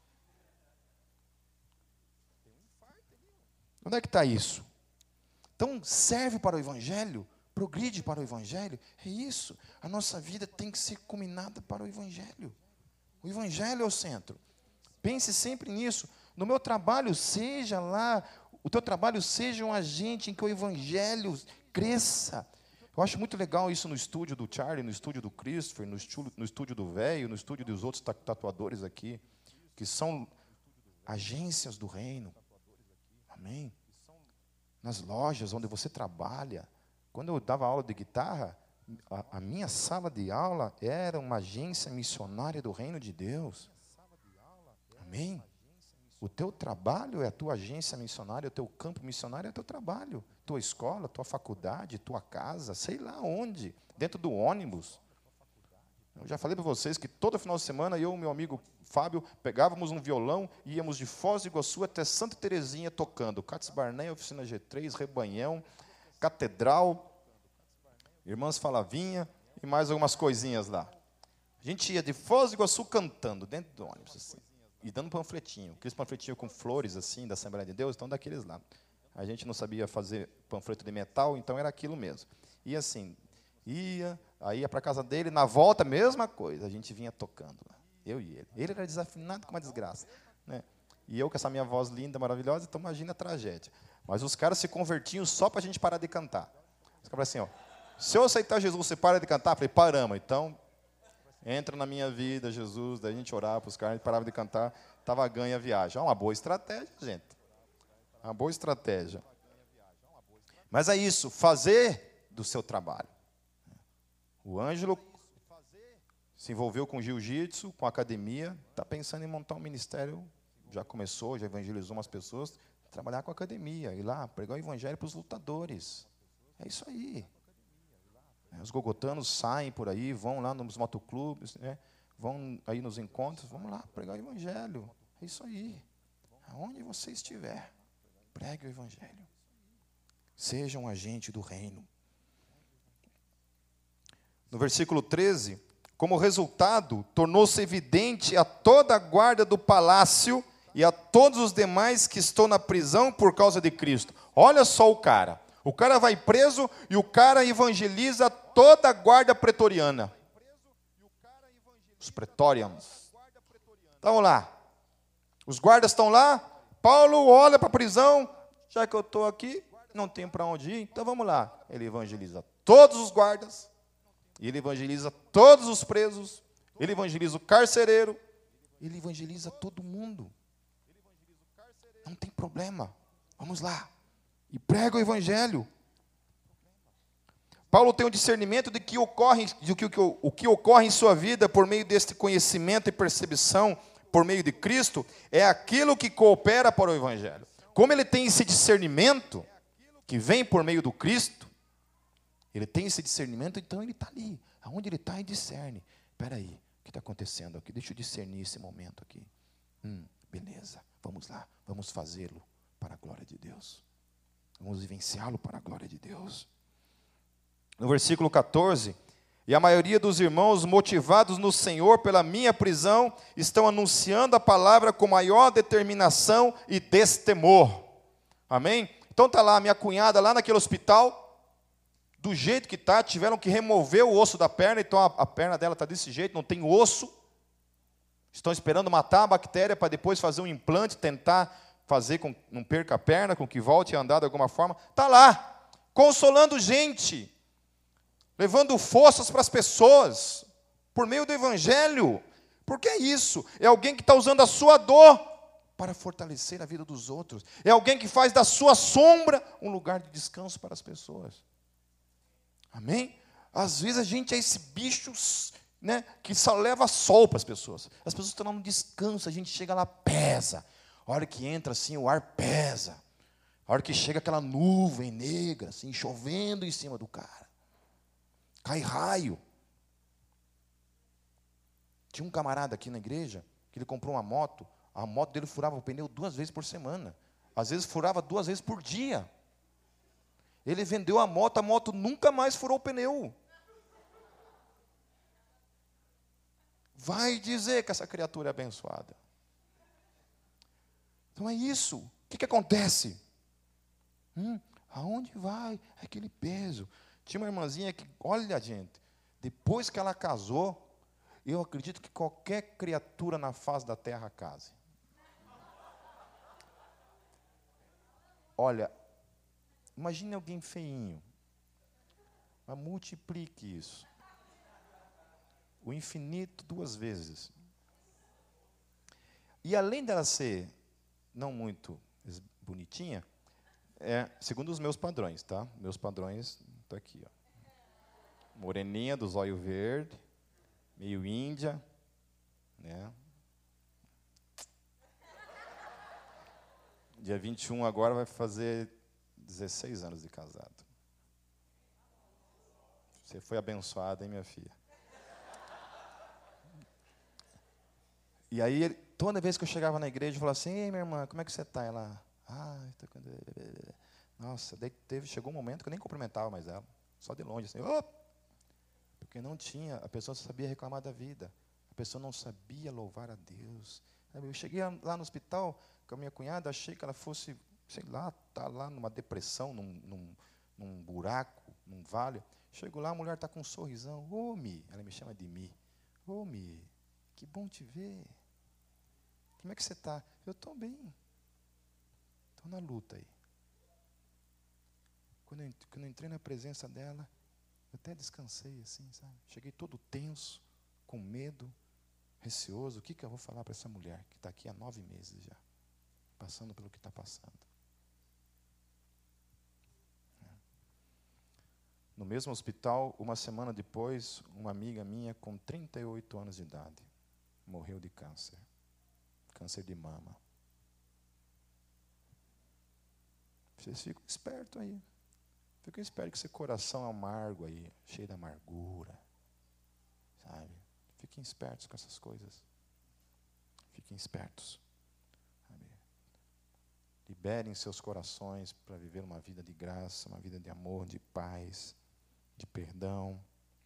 Onde é que está isso? Então, serve para o Evangelho, progride para o Evangelho, é isso. A nossa vida tem que ser combinada para o Evangelho. O Evangelho é o centro. Pense sempre nisso. No meu trabalho, seja lá, o teu trabalho seja um agente em que o Evangelho cresça. Eu acho muito legal isso no estúdio do Charlie, no estúdio do Christopher, no estúdio do Velho, no estúdio dos outros tatuadores aqui, que são agências do reino. Amém? Nas lojas onde você trabalha. Quando eu dava aula de guitarra, a minha sala de aula era uma agência missionária do reino de Deus. Amém? O teu trabalho é a tua agência missionária, o teu campo missionário é o teu trabalho. Tua escola, tua faculdade, tua casa, sei lá onde. Dentro do ônibus. Eu já falei para vocês que todo final de semana eu e meu amigo Fábio pegávamos um violão e íamos de Foz do Iguaçu até Santa Terezinha tocando. Cátia Barney, Oficina G3, Rebanhão, Catedral, Irmãs Falavinha e mais algumas coisinhas lá. A gente ia de Foz do Iguaçu cantando dentro do ônibus, assim, e dando panfletinho. Aqueles panfletinhos com flores, assim, da Assembleia de Deus, então daqueles lá. A gente não sabia fazer panfleto de metal, então era aquilo mesmo. E assim, Aí ia para a casa dele, na volta, mesma coisa. A gente vinha tocando, eu e ele. Ele era desafinado com uma desgraça, né? E eu com essa minha voz linda, maravilhosa, então imagina a tragédia. Mas os caras se convertiam só para a gente parar de cantar. Os caras falaram assim, se eu aceitar Jesus, você para de cantar? Eu falei, paramos. Então, entra na minha vida, Jesus. Daí a gente orava para os caras, a gente parava de cantar, estava ganha a viagem. Uma boa estratégia, gente. Uma boa estratégia. Mas é isso, fazer do seu trabalho. O Ângelo se envolveu com jiu-jitsu, com academia, está pensando em montar um ministério, já começou, já evangelizou umas pessoas, trabalhar com academia, ir lá, pregar o evangelho para os lutadores. É isso aí. Os gogotanos saem por aí, vão lá nos motoclubes, né? Vão aí nos encontros, vamos lá, pregar o evangelho. É isso aí. Aonde você estiver, pregue o evangelho. Seja um agente do reino. No versículo 13, como resultado, tornou-se evidente a toda a guarda do palácio e a todos os demais que estão na prisão por causa de Cristo. Olha só o cara. O cara vai preso e o cara evangeliza toda a guarda pretoriana. Os pretorians. Então lá. Os guardas estão lá. Paulo olha para a prisão. Já que eu estou aqui, não tenho para onde ir, então vamos lá. Ele evangeliza todos os guardas. Ele evangeliza todos os presos. Ele evangeliza o carcereiro. Ele evangeliza todo mundo. Não tem problema. Vamos lá. E prega o evangelho. Paulo tem um discernimento de que o que ocorre em sua vida por meio deste conhecimento e percepção por meio de Cristo é aquilo que coopera para o evangelho. Como ele tem esse discernimento que vem por meio do Cristo, ele tem esse discernimento, então ele está ali. Aonde ele está, ele discerne. Espera aí, o que está acontecendo aqui? Deixa eu discernir esse momento aqui. Beleza, vamos lá, vamos fazê-lo para a glória de Deus. Vamos vivenciá-lo para a glória de Deus. No versículo 14, e a maioria dos irmãos, motivados no Senhor pela minha prisão, estão anunciando a palavra com maior determinação e destemor. Amém? Então está lá a minha cunhada, lá naquele hospital, do jeito que está, tiveram que remover o osso da perna, então a perna dela está desse jeito, não tem osso. Estão esperando matar a bactéria para depois fazer um implante, tentar fazer com que não perca a perna, com que volte a andar de alguma forma. Está lá, consolando gente, levando forças para as pessoas, por meio do evangelho. Porque é isso, é alguém que está usando a sua dor para fortalecer a vida dos outros. É alguém que faz da sua sombra um lugar de descanso para as pessoas. Amém? Às vezes a gente é esse bicho, né, que só leva sol para as pessoas. As pessoas estão lá no descanso, a gente chega lá, pesa. A hora que entra assim, o ar pesa. A hora que chega aquela nuvem negra, assim, chovendo em cima do cara. Cai raio. Tinha um camarada aqui na igreja, que ele comprou uma moto. A moto dele furava o pneu 2 vezes por semana. Às vezes furava 2 vezes por dia. Ele vendeu a moto nunca mais furou o pneu. Vai dizer que essa criatura é abençoada. Então é isso. O que acontece? Aonde vai aquele peso? Tinha uma irmãzinha que, olha, gente, depois que ela casou, eu acredito que qualquer criatura na face da terra case. Olha, imagine alguém feinho, mas multiplique isso. O infinito 2 vezes. E além dela ser não muito bonitinha, segundo os meus padrões, tá? Meus padrões, está aqui, ó. Moreninha, dos olhos verdes, meio índia, né? Dia 21 agora vai fazer 16 anos de casado. Você foi abençoada, hein, minha filha? E aí, toda vez que eu chegava na igreja, eu falava assim, ei, minha irmã, como é que você está? Ela, nossa, chegou um momento que eu nem cumprimentava mais ela, só de longe, assim, porque não tinha, a pessoa só sabia reclamar da vida, a pessoa não sabia louvar a Deus. Eu cheguei lá no hospital com a minha cunhada, achei que ela fosse, sei lá, tá lá numa depressão, num buraco, num vale. Chego lá, a mulher está com um sorrisão. Ô, Mi, ela me chama de Mi. Ô, Mi, que bom te ver. Como é que você está? Eu estou bem. Estou na luta aí. Quando eu entrei na presença dela, eu até descansei assim, sabe? Cheguei todo tenso, com medo, receoso. O que eu vou falar para essa mulher que está aqui há 9 meses já, passando pelo que está passando? No mesmo hospital, uma semana depois, uma amiga minha com 38 anos de idade morreu de câncer. Câncer de mama. Vocês ficam espertos aí. Fiquem espertos com esse coração amargo aí, cheio de amargura. Sabe? Fiquem espertos com essas coisas. Fiquem espertos. Sabe? Liberem seus corações para viver uma vida de graça, uma vida de amor, de paz, de perdão.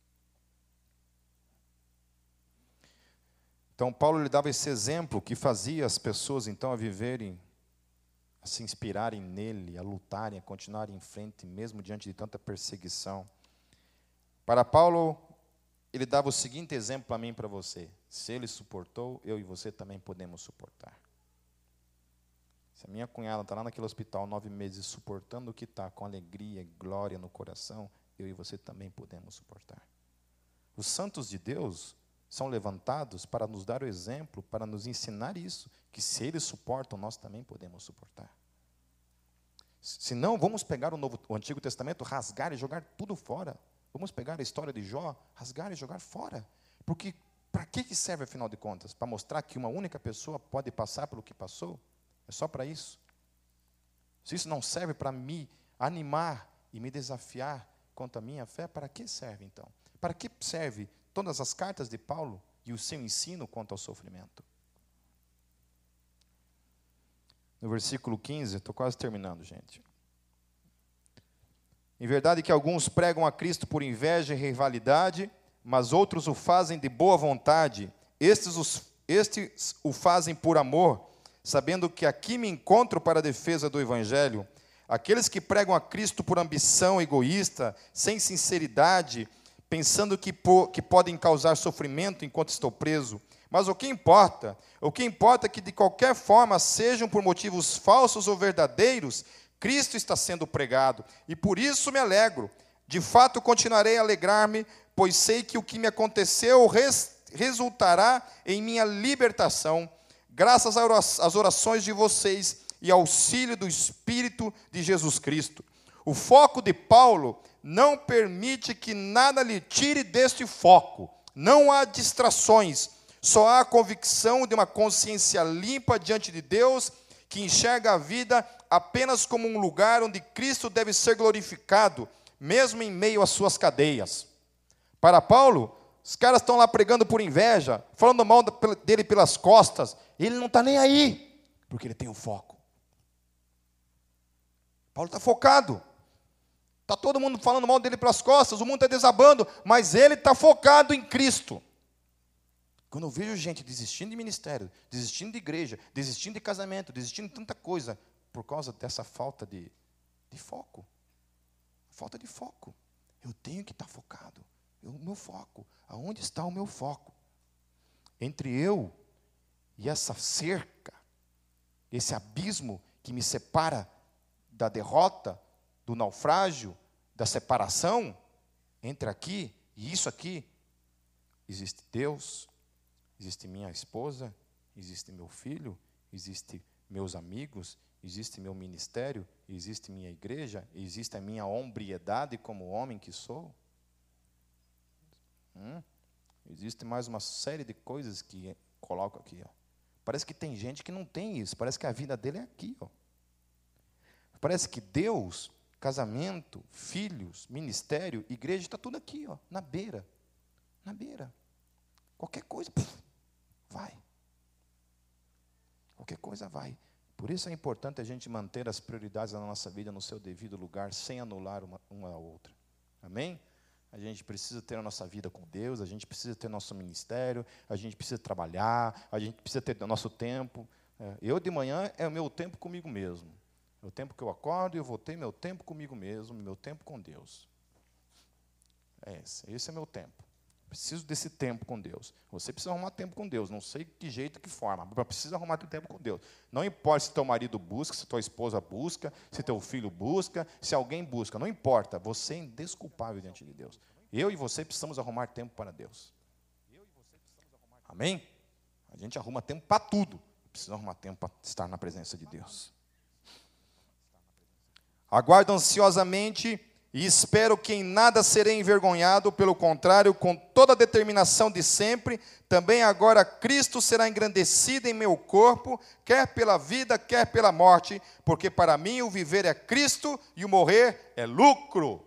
Então, Paulo lhe dava esse exemplo que fazia as pessoas, então, a viverem, a se inspirarem nele, a lutarem, a continuarem em frente, mesmo diante de tanta perseguição. Para Paulo, ele dava o seguinte exemplo para mim e para você. Se ele suportou, eu e você também podemos suportar. Se a minha cunhada está lá naquele hospital 9 meses, suportando o que está, com alegria e glória no coração, eu e você também podemos suportar. Os santos de Deus são levantados para nos dar o exemplo, para nos ensinar isso, que se eles suportam, nós também podemos suportar. Se não, vamos pegar o Antigo Testamento, rasgar e jogar tudo fora. Vamos pegar a história de Jó, rasgar e jogar fora. Porque para que serve, afinal de contas? Para mostrar que uma única pessoa pode passar pelo que passou? É só para isso? Se isso não serve para me animar e me desafiar quanto à minha fé, para que serve então? Para que serve todas as cartas de Paulo e o seu ensino quanto ao sofrimento? No versículo 15, estou quase terminando, gente. Em verdade que alguns pregam a Cristo por inveja e rivalidade, mas outros o fazem de boa vontade. Estes o fazem por amor, sabendo que aqui me encontro para a defesa do Evangelho. Aqueles que pregam a Cristo por ambição egoísta, sem sinceridade, pensando que podem causar sofrimento enquanto estou preso. Mas o que importa? O que importa é que, de qualquer forma, sejam por motivos falsos ou verdadeiros, Cristo está sendo pregado. E por isso me alegro. De fato, continuarei a alegrar-me, pois sei que o que me aconteceu resultará em minha libertação, graças às orações de vocês e auxílio do Espírito de Jesus Cristo. O foco de Paulo não permite que nada lhe tire deste foco. Não há distrações, só há a convicção de uma consciência limpa diante de Deus, que enxerga a vida apenas como um lugar onde Cristo deve ser glorificado, mesmo em meio às suas cadeias. Para Paulo, os caras estão lá pregando por inveja, falando mal dele pelas costas, ele não está nem aí, porque ele tem um foco. Paulo está focado. Está todo mundo falando mal dele pelas costas, o mundo está desabando, mas ele está focado em Cristo. Quando eu vejo gente desistindo de ministério, desistindo de igreja, desistindo de casamento, desistindo de tanta coisa, por causa dessa falta de foco. Falta de foco. Eu tenho que estar focado. O meu foco. Aonde está o meu foco? Entre eu e essa cerca, esse abismo que me separa da derrota, do naufrágio, da separação, entre aqui e isso aqui, existe Deus, existe minha esposa, existe meu filho, existe meus amigos, existe meu ministério, existe minha igreja, existe a minha hombridade como homem que sou. Existe mais uma série de coisas que coloco aqui. Ó. Parece que tem gente que não tem isso, parece que a vida dele é aqui. Ó. Parece que Deus, casamento, filhos, ministério, igreja, está tudo aqui, ó, na beira. Na beira. Qualquer coisa, vai. Qualquer coisa vai. Por isso é importante a gente manter as prioridades da nossa vida no seu devido lugar, sem anular uma a outra. Amém? A gente precisa ter a nossa vida com Deus, a gente precisa ter nosso ministério, a gente precisa trabalhar, a gente precisa ter o nosso tempo. Eu de manhã é o meu tempo comigo mesmo. É o tempo que eu acordo e eu vou ter meu tempo comigo mesmo, meu tempo com Deus. Esse é meu tempo. Preciso desse tempo com Deus. Você precisa arrumar tempo com Deus. Não sei que jeito, que forma, mas precisa arrumar tempo com Deus. Não importa se teu marido busca, se tua esposa busca, se teu filho busca, se alguém busca. Não importa. Você é indesculpável diante de Deus. Eu e você precisamos arrumar tempo para Deus. Amém? A gente arruma tempo para tudo. Precisa arrumar tempo para estar na presença de Deus. Aguardo ansiosamente e espero que em nada serei envergonhado, pelo contrário, com toda a determinação de sempre, também agora Cristo será engrandecido em meu corpo, quer pela vida, quer pela morte, porque para mim o viver é Cristo e o morrer é lucro.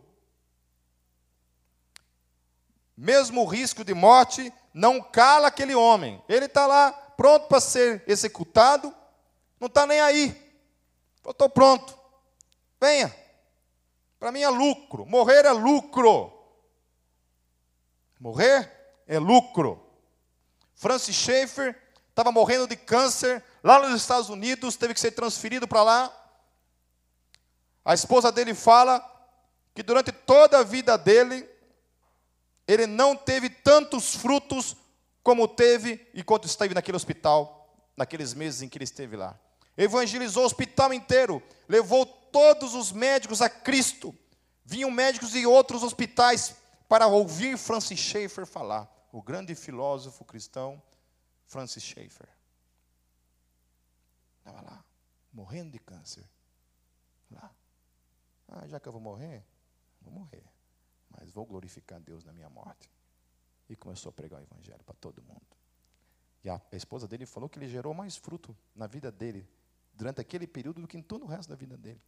Mesmo o risco de morte não cala aquele homem. Ele está lá, pronto para ser executado, não está nem aí. Eu estou pronto. Venha. Para mim é lucro. Morrer é lucro. Morrer é lucro. Francis Schaeffer estava morrendo de câncer lá nos Estados Unidos, teve que ser transferido para lá. A esposa dele fala que durante toda a vida dele, ele não teve tantos frutos como teve enquanto esteve naquele hospital, naqueles meses em que ele esteve lá. Evangelizou o hospital inteiro, levou todos os médicos a Cristo. Vinham médicos de outros hospitais para ouvir Francis Schaeffer falar. O grande filósofo cristão Francis Schaeffer. Estava lá, morrendo de câncer. Lá. Já que eu vou morrer, mas vou glorificar Deus na minha morte. E começou a pregar o evangelho para todo mundo. E a esposa dele falou que ele gerou mais fruto na vida dele, durante aquele período, do que em todo o resto da vida dele.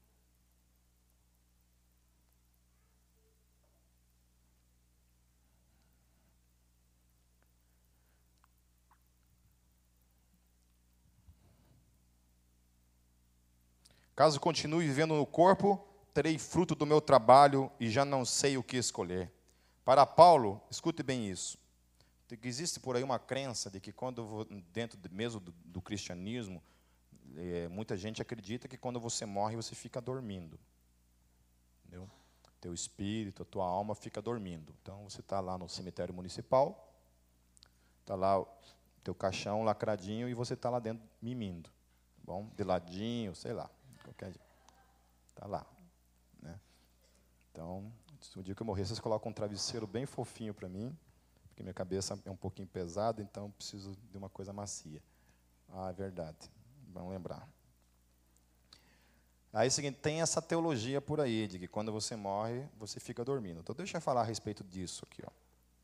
Caso continue vivendo no corpo, terei fruto do meu trabalho e já não sei o que escolher. Para Paulo, escute bem isso. Existe por aí uma crença de que quando, dentro mesmo do cristianismo, muita gente acredita que quando você morre, você fica dormindo. Entendeu? Teu espírito, a tua alma fica dormindo. Então, você está lá no cemitério municipal, está lá o teu caixão lacradinho e você está lá dentro mimindo. Tá bom? De ladinho, sei lá. Está lá. Né? Então, se um dia que eu morrer, vocês colocam um travesseiro bem fofinho para mim, porque minha cabeça é um pouquinho pesada, então eu preciso de uma coisa macia. É verdade. Vamos lembrar. Aí é o seguinte, tem essa teologia por aí, de que quando você morre, você fica dormindo. Então, deixa eu falar a respeito disso aqui. Ó.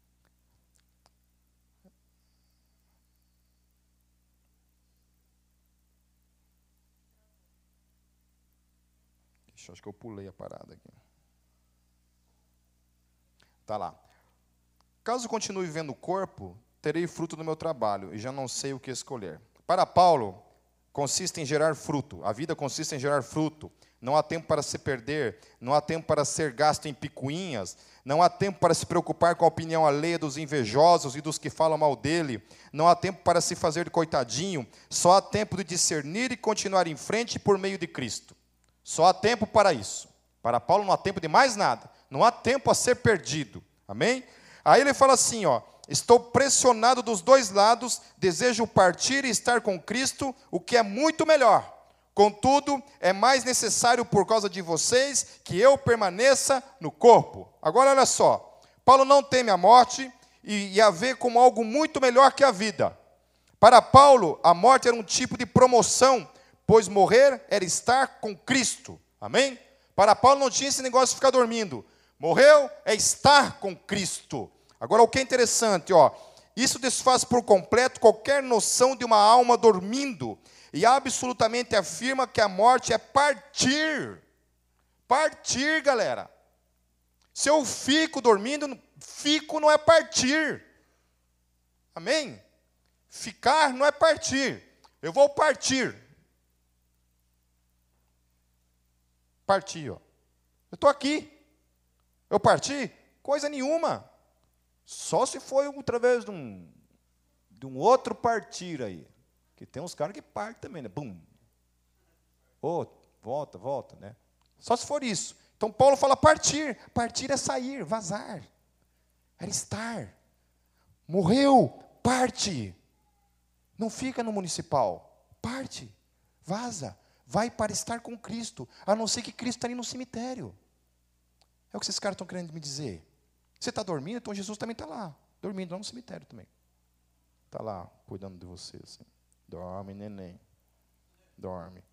Acho que eu pulei a parada aqui. Está lá. Caso continue vivendo o corpo, terei fruto do meu trabalho, e já não sei o que escolher. Para Paulo, consiste em gerar fruto. A vida consiste em gerar fruto. Não há tempo para se perder, não há tempo para ser gasto em picuinhas, não há tempo para se preocupar com a opinião alheia dos invejosos e dos que falam mal dele, não há tempo para se fazer de coitadinho, só há tempo de discernir e continuar em frente por meio de Cristo. Só há tempo para isso. Para Paulo não há tempo de mais nada. Não há tempo a ser perdido. Amém? Aí ele fala assim, ó, estou pressionado dos dois lados, desejo partir e estar com Cristo, o que é muito melhor. Contudo, é mais necessário por causa de vocês que eu permaneça no corpo. Agora olha só, Paulo não teme a morte e a vê como algo muito melhor que a vida. Para Paulo, a morte era um tipo de promoção, pois morrer era estar com Cristo. Amém? Para Paulo não tinha esse negócio de ficar dormindo. Morreu é estar com Cristo. Agora o que é interessante, ó, isso desfaz por completo qualquer noção de uma alma dormindo e absolutamente afirma que a morte é partir. Partir, galera. Se eu fico dormindo, fico não é partir. Amém? Ficar não é partir. Eu vou partir. Parti, ó. Eu estou aqui. Eu parti? Coisa nenhuma. Só se foi através de um outro partir aí. Que tem uns caras que partem também, né? Bum. Oh, volta, né? Só se for isso. Então Paulo fala partir. Partir é sair, vazar. era estar. Morreu, parte. Não fica no municipal, parte, vaza, vai para estar com Cristo, a não ser que Cristo está ali no cemitério. É o que esses caras estão querendo me dizer. Você está dormindo, então Jesus também está lá, dormindo lá no cemitério também. Está lá, cuidando de você. Assim. Dorme, neném, dorme.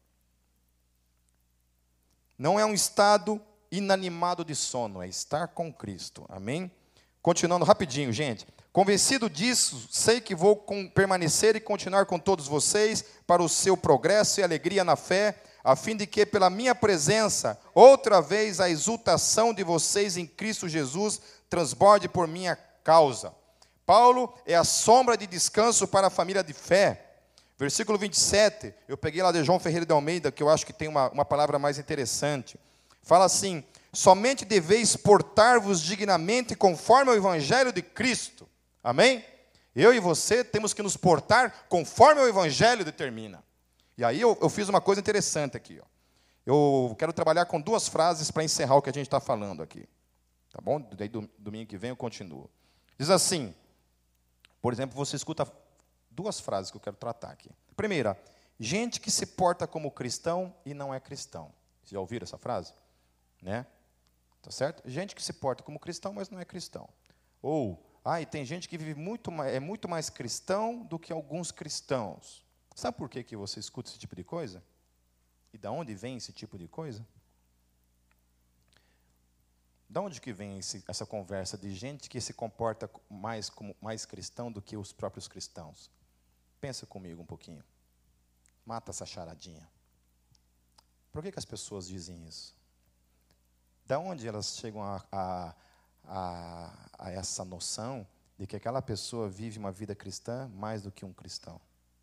Não é um estado inanimado de sono, é estar com Cristo, amém? Continuando rapidinho, gente. Convencido disso, sei que vou permanecer e continuar com todos vocês para o seu progresso e alegria na fé, a fim de que, pela minha presença, outra vez a exultação de vocês em Cristo Jesus transborde por minha causa. Paulo é a sombra de descanso para a família de fé. Versículo 27, eu peguei lá de João Ferreira de Almeida, que eu acho que tem uma palavra mais interessante. Fala assim: somente deveis portar-vos dignamente conforme ao Evangelho de Cristo. Amém? Eu e você temos que nos portar conforme o Evangelho determina. E aí eu fiz uma coisa interessante aqui. Ó. Eu quero trabalhar com 2 frases para encerrar o que a gente está falando aqui. Tá bom? Daí domingo que vem eu continuo. Diz assim, por exemplo, você escuta 2 frases que eu quero tratar aqui. Primeira, gente que se porta como cristão e não é cristão. Vocês já ouviram essa frase? Né? Tá certo? Gente que se porta como cristão, mas não é cristão. Ou, e tem gente que vive muito mais cristão do que alguns cristãos. Sabe por que você escuta esse tipo de coisa? E de onde vem esse tipo de coisa? De onde que vem essa conversa de gente que se comporta como mais cristão do que os próprios cristãos? Pensa comigo um pouquinho. Mata essa charadinha. Por que as pessoas dizem isso? Da onde elas chegam a essa noção de que aquela pessoa vive uma vida cristã mais do que um cristão?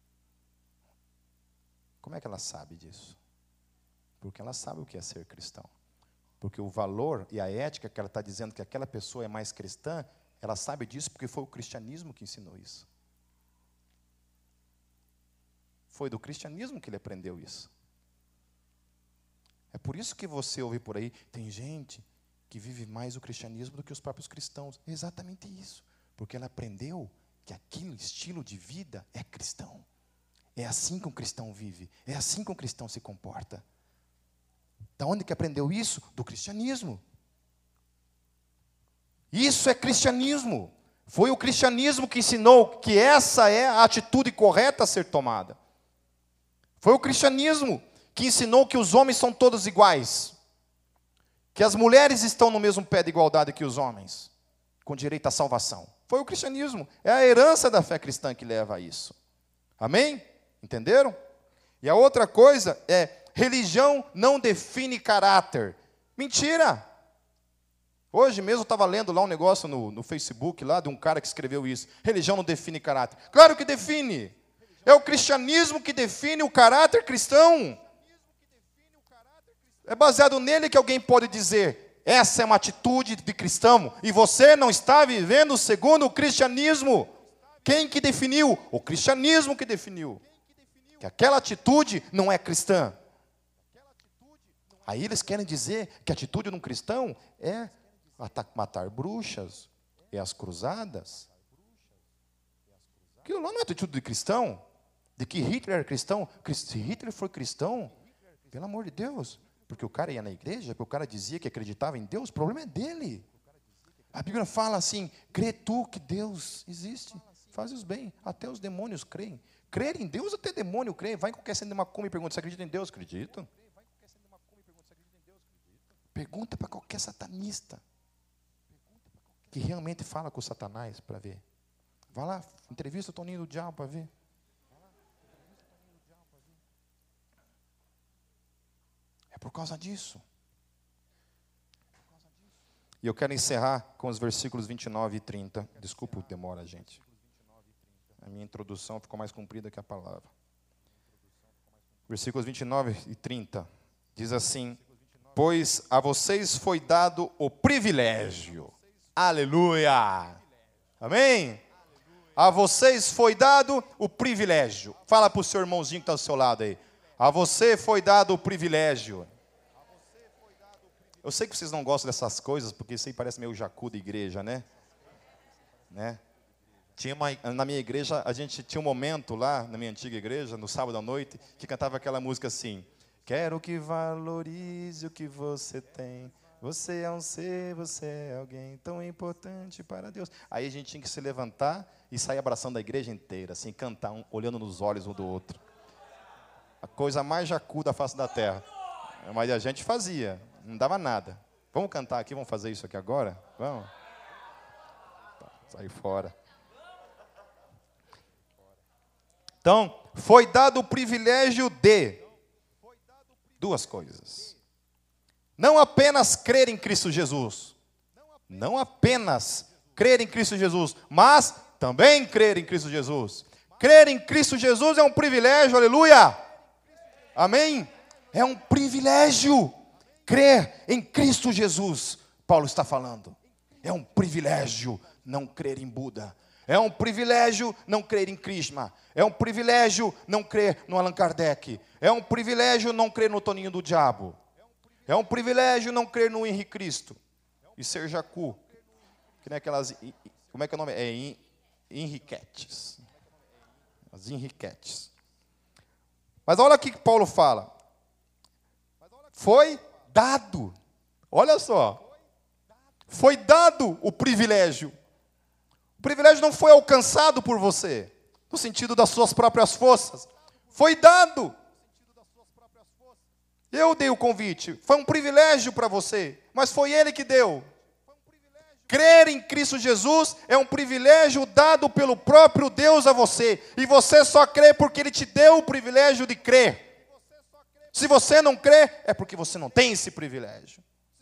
Como é que ela sabe disso? Porque ela sabe o que é ser cristão. Porque o valor e a ética que ela está dizendo que aquela pessoa é mais cristã, ela sabe disso porque foi o cristianismo que ensinou isso. Foi do cristianismo que ele aprendeu isso. É por isso que você ouve por aí, tem gente que vive mais o cristianismo do que os próprios cristãos. É exatamente isso. Porque ela aprendeu que aquele estilo de vida é cristão. É assim que um cristão vive. É assim que um cristão se comporta. Da onde que aprendeu isso? Do cristianismo. Isso é cristianismo. Foi o cristianismo que ensinou que essa é a atitude correta a ser tomada. Foi o cristianismo que ensinou que os homens são todos iguais. Que as mulheres estão no mesmo pé de igualdade que os homens, com direito à salvação. Foi o cristianismo. É a herança da fé cristã que leva a isso. Amém? Entenderam? E a outra coisa é, religião não define caráter. Mentira! Hoje mesmo eu estava lendo lá um negócio no Facebook, lá de um cara que escreveu isso. Religião não define caráter. Claro que define. É o cristianismo que define o caráter cristão. É baseado nele que alguém pode dizer, essa é uma atitude de cristão, e você não está vivendo segundo o cristianismo. Quem que definiu? O cristianismo que definiu. Que aquela atitude não é cristã. Aí eles querem dizer que a atitude de um cristão é matar bruxas, é as cruzadas. Aquilo lá não é atitude de cristão. De que Hitler era cristão? Se Hitler for cristão, pelo amor de Deus, porque o cara ia na igreja, porque o cara dizia que acreditava em Deus, o problema é dele. A Bíblia fala assim, crê tu que Deus existe, faz-os bem, até os demônios creem. Crer em Deus até demônio crê. Vai em qualquer centro de macumba e pergunta, você acredita em Deus? Acredito. Pergunta para qualquer satanista que realmente fala com o Satanás para ver. Vai lá, entrevista o Toninho do Diabo para ver. É por causa disso. E eu quero encerrar com os versículos 29 e 30. Desculpa, demora, gente. A minha introdução ficou mais comprida que a palavra. Versículos 29 e 30. Diz assim, pois a vocês foi dado o privilégio. Aleluia! Amém? A vocês foi dado o privilégio. Fala para o seu irmãozinho que está do seu lado aí. A você foi dado o privilégio. Eu sei que vocês não gostam dessas coisas, porque isso aí parece meio jacu da igreja, né? né? Na minha igreja, a gente tinha um momento lá, na minha antiga igreja, no sábado à noite, que cantava aquela música assim: quero que valorize o que você tem. Você é um ser, você é alguém tão importante para Deus. Aí a gente tinha que se levantar e sair abraçando a igreja inteira, assim, cantar, olhando nos olhos um do outro. A coisa mais jacu da face da terra. Mas a gente fazia, não dava nada. Vamos cantar aqui, vamos fazer isso aqui agora? Vamos? Tá, sai fora. Então, foi dado o privilégio de duas coisas. Não apenas crer em Cristo Jesus. Não apenas crer em Cristo Jesus, mas também crer em Cristo Jesus. Crer em Cristo Jesus é um privilégio, aleluia. Amém? É um privilégio. Crer em Cristo Jesus, Paulo está falando. É um privilégio não crer em Buda. É um privilégio não crer em Krishna. É um privilégio não crer no Allan Kardec. É um privilégio não crer no Toninho do Diabo. É um privilégio não crer no Henrique Cristo. E ser jacu. Que nem aquelas... Como é que é o nome? É Henriquetes. As Henriquetes. Mas olha o que Paulo fala. Foi dado. Olha só. Foi dado o privilégio. O privilégio não foi alcançado por você, no sentido das suas próprias forças. Foi dado. Eu dei o convite. Foi um privilégio para você, mas foi Ele que deu. Crer em Cristo Jesus é um privilégio dado pelo próprio Deus a você. E você só crê porque Ele te deu o privilégio de crer. Se você não crê, é porque você não tem esse privilégio.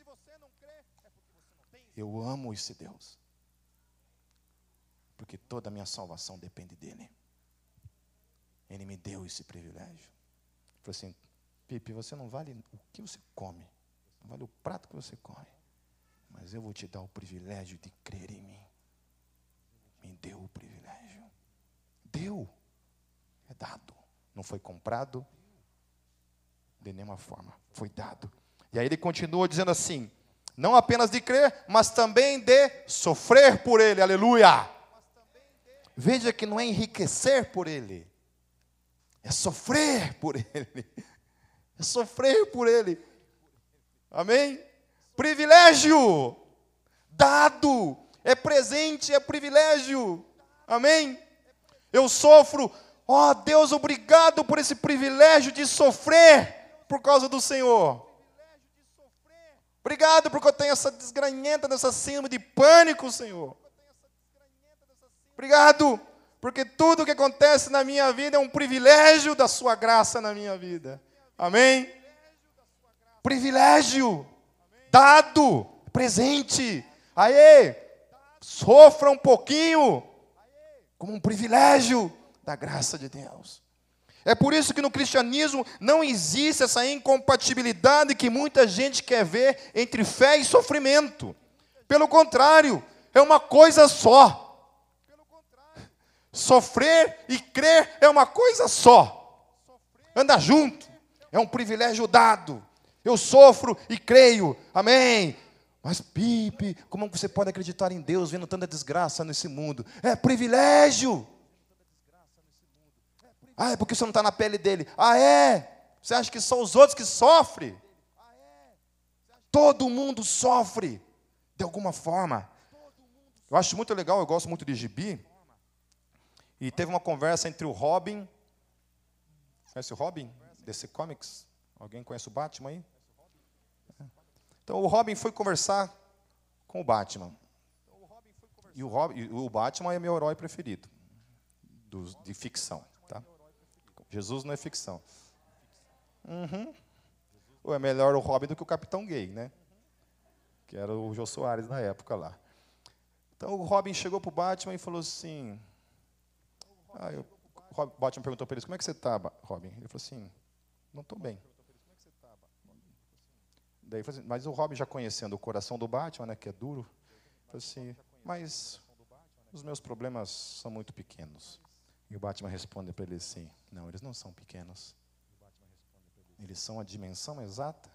Eu amo esse Deus. Porque toda a minha salvação depende dEle. Ele me deu esse privilégio. Ele falou assim: Pipe, você não vale o que você come. Não vale o prato que você come. Mas eu vou te dar o privilégio de crer em mim. Me deu o privilégio. Deu. É dado. Não foi comprado de nenhuma forma. Foi dado. E aí ele continua dizendo assim: não apenas de crer, mas também de sofrer por Ele. Aleluia. Veja que não é enriquecer por Ele. É sofrer por Ele. É sofrer por Ele. Amém? Privilégio. Dado. É presente, é privilégio. Amém? Eu sofro. Ó Deus, obrigado por esse privilégio de sofrer por causa do Senhor. Obrigado porque eu tenho essa desgranhenta, dessa síndrome de pânico, Senhor. Obrigado porque tudo que acontece na minha vida é um privilégio da sua graça na minha vida. Amém? Privilégio. Dado. Presente. Aê! Sofra um pouquinho como um privilégio da graça de Deus. É por isso que no cristianismo não existe essa incompatibilidade que muita gente quer ver entre fé e sofrimento. Pelo contrário, é uma coisa só. Sofrer e crer é uma coisa só. Anda junto. É um privilégio dado. Eu sofro e creio. Amém. Mas, Pipe, como você pode acreditar em Deus vendo tanta desgraça nesse mundo? É privilégio. Ah, é porque você não está na pele dele. Ah, é? Você acha que são os outros que sofrem? Todo mundo sofre, de alguma forma. Eu acho muito legal, eu gosto muito de gibi. E teve uma conversa entre o Robin. Conhece o Robin? DC Comics? Alguém conhece o Batman aí? Então o Robin foi conversar com o Batman. E o Batman é meu herói preferido. De ficção. Tá? Jesus não é ficção. Ou é melhor o Robin do que o Capitão Gay, né? Que era o Jô Soares na época lá. Então o Robin chegou para o Batman e falou assim... O Batman perguntou para ele: como é que você está, Robin? Ele falou assim: não estou bem. Daí ele falou assim, mas o Robin, já conhecendo o coração do Batman, né, que é duro, falou assim: mas os meus problemas são muito pequenos. E o Batman responde para ele assim: não, eles não são pequenos. Eles são a dimensão exata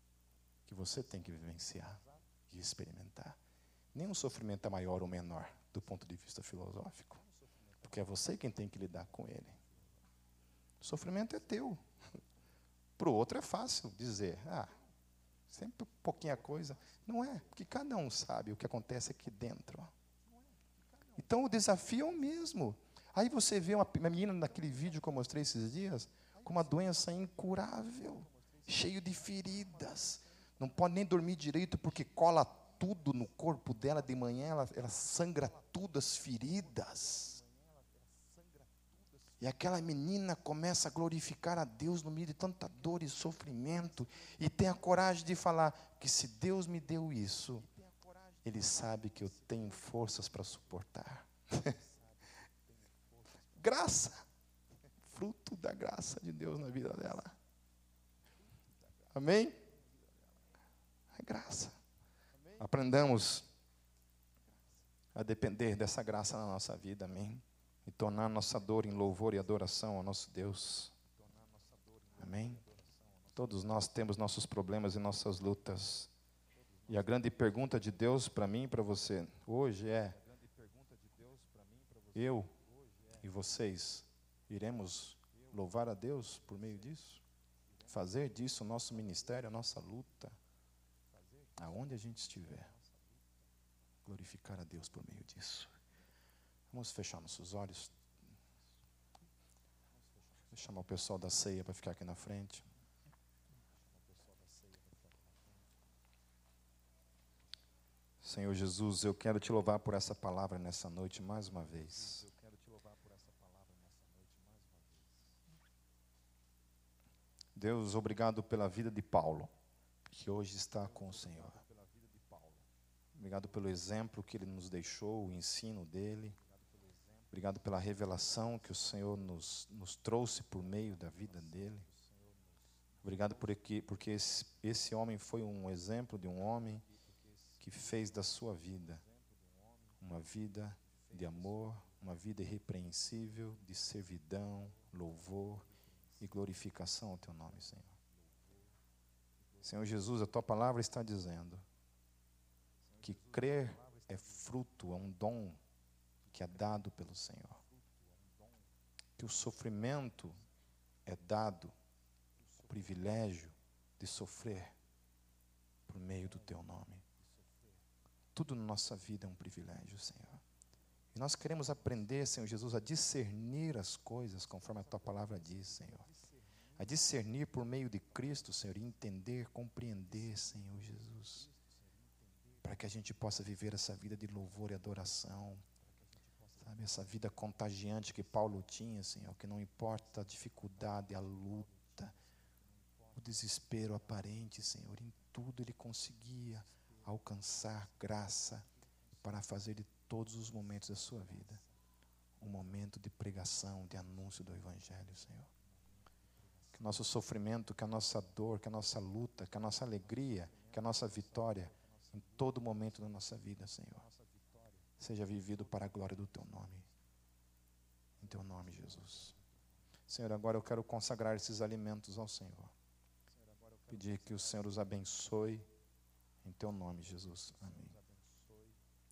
que você tem que vivenciar e experimentar. Nenhum sofrimento é maior ou menor do ponto de vista filosófico. Porque é você quem tem que lidar com ele. O sofrimento é teu. Para o outro é fácil dizer, sempre pouquinha coisa. Não é, porque cada um sabe o que acontece aqui dentro. Então o desafio é o mesmo. Aí você vê uma menina naquele vídeo que eu mostrei esses dias, com uma doença incurável, cheio de feridas. Não pode nem dormir direito porque cola tudo no corpo dela de manhã, ela sangra tudo, as feridas. E aquela menina começa a glorificar a Deus no meio de tanta dor e sofrimento, e tem a coragem de falar que se Deus me deu isso, Ele sabe que eu tenho forças para suportar. Graça, fruto da graça de Deus na vida dela. Amém? É graça. Aprendamos a depender dessa graça na nossa vida, amém? E tornar nossa dor em louvor e adoração ao nosso Deus. Amém? Todos nós temos nossos problemas e nossas lutas. E a grande pergunta de Deus para mim e para você hoje é: eu e vocês iremos louvar a Deus por meio disso? Fazer disso o nosso ministério, a nossa luta, aonde a gente estiver, glorificar a Deus por meio disso. Vamos fechar nossos olhos. Vou chamar o pessoal da ceia para ficar aqui na frente. Senhor Jesus, eu quero te louvar por essa palavra nessa noite mais uma vez. Deus, obrigado pela vida de Paulo, que hoje está com o Senhor. Obrigado pelo exemplo que ele nos deixou, o ensino dele. Obrigado pela revelação que o Senhor nos trouxe por meio da vida dele. Obrigado porque esse homem foi um exemplo de um homem que fez da sua vida uma vida de amor, uma vida irrepreensível, de servidão, louvor e glorificação ao teu nome, Senhor. Senhor Jesus, a tua palavra está dizendo que crer é fruto, é um dom que é dado pelo Senhor. Que o sofrimento é dado, o privilégio de sofrer por meio do teu nome. Tudo na nossa vida é um privilégio, Senhor. E nós queremos aprender, Senhor Jesus, a discernir as coisas conforme a tua palavra diz, Senhor. A discernir por meio de Cristo, Senhor, e entender, compreender, Senhor Jesus. Para que a gente possa viver essa vida de louvor e adoração. Sabe, essa vida contagiante que Paulo tinha, Senhor, que não importa a dificuldade, a luta, o desespero aparente, Senhor, em tudo ele conseguia alcançar graça para fazer de todos os momentos da sua vida um momento de pregação, de anúncio do Evangelho, Senhor. Que o nosso sofrimento, que a nossa dor, que a nossa luta, que a nossa alegria, que a nossa vitória, em todo momento da nossa vida, Senhor, seja vivido para a glória do teu nome. Em teu nome, Jesus. Senhor, agora eu quero consagrar esses alimentos ao Senhor. Pedir que o Senhor os abençoe. Em teu nome, Jesus. Amém.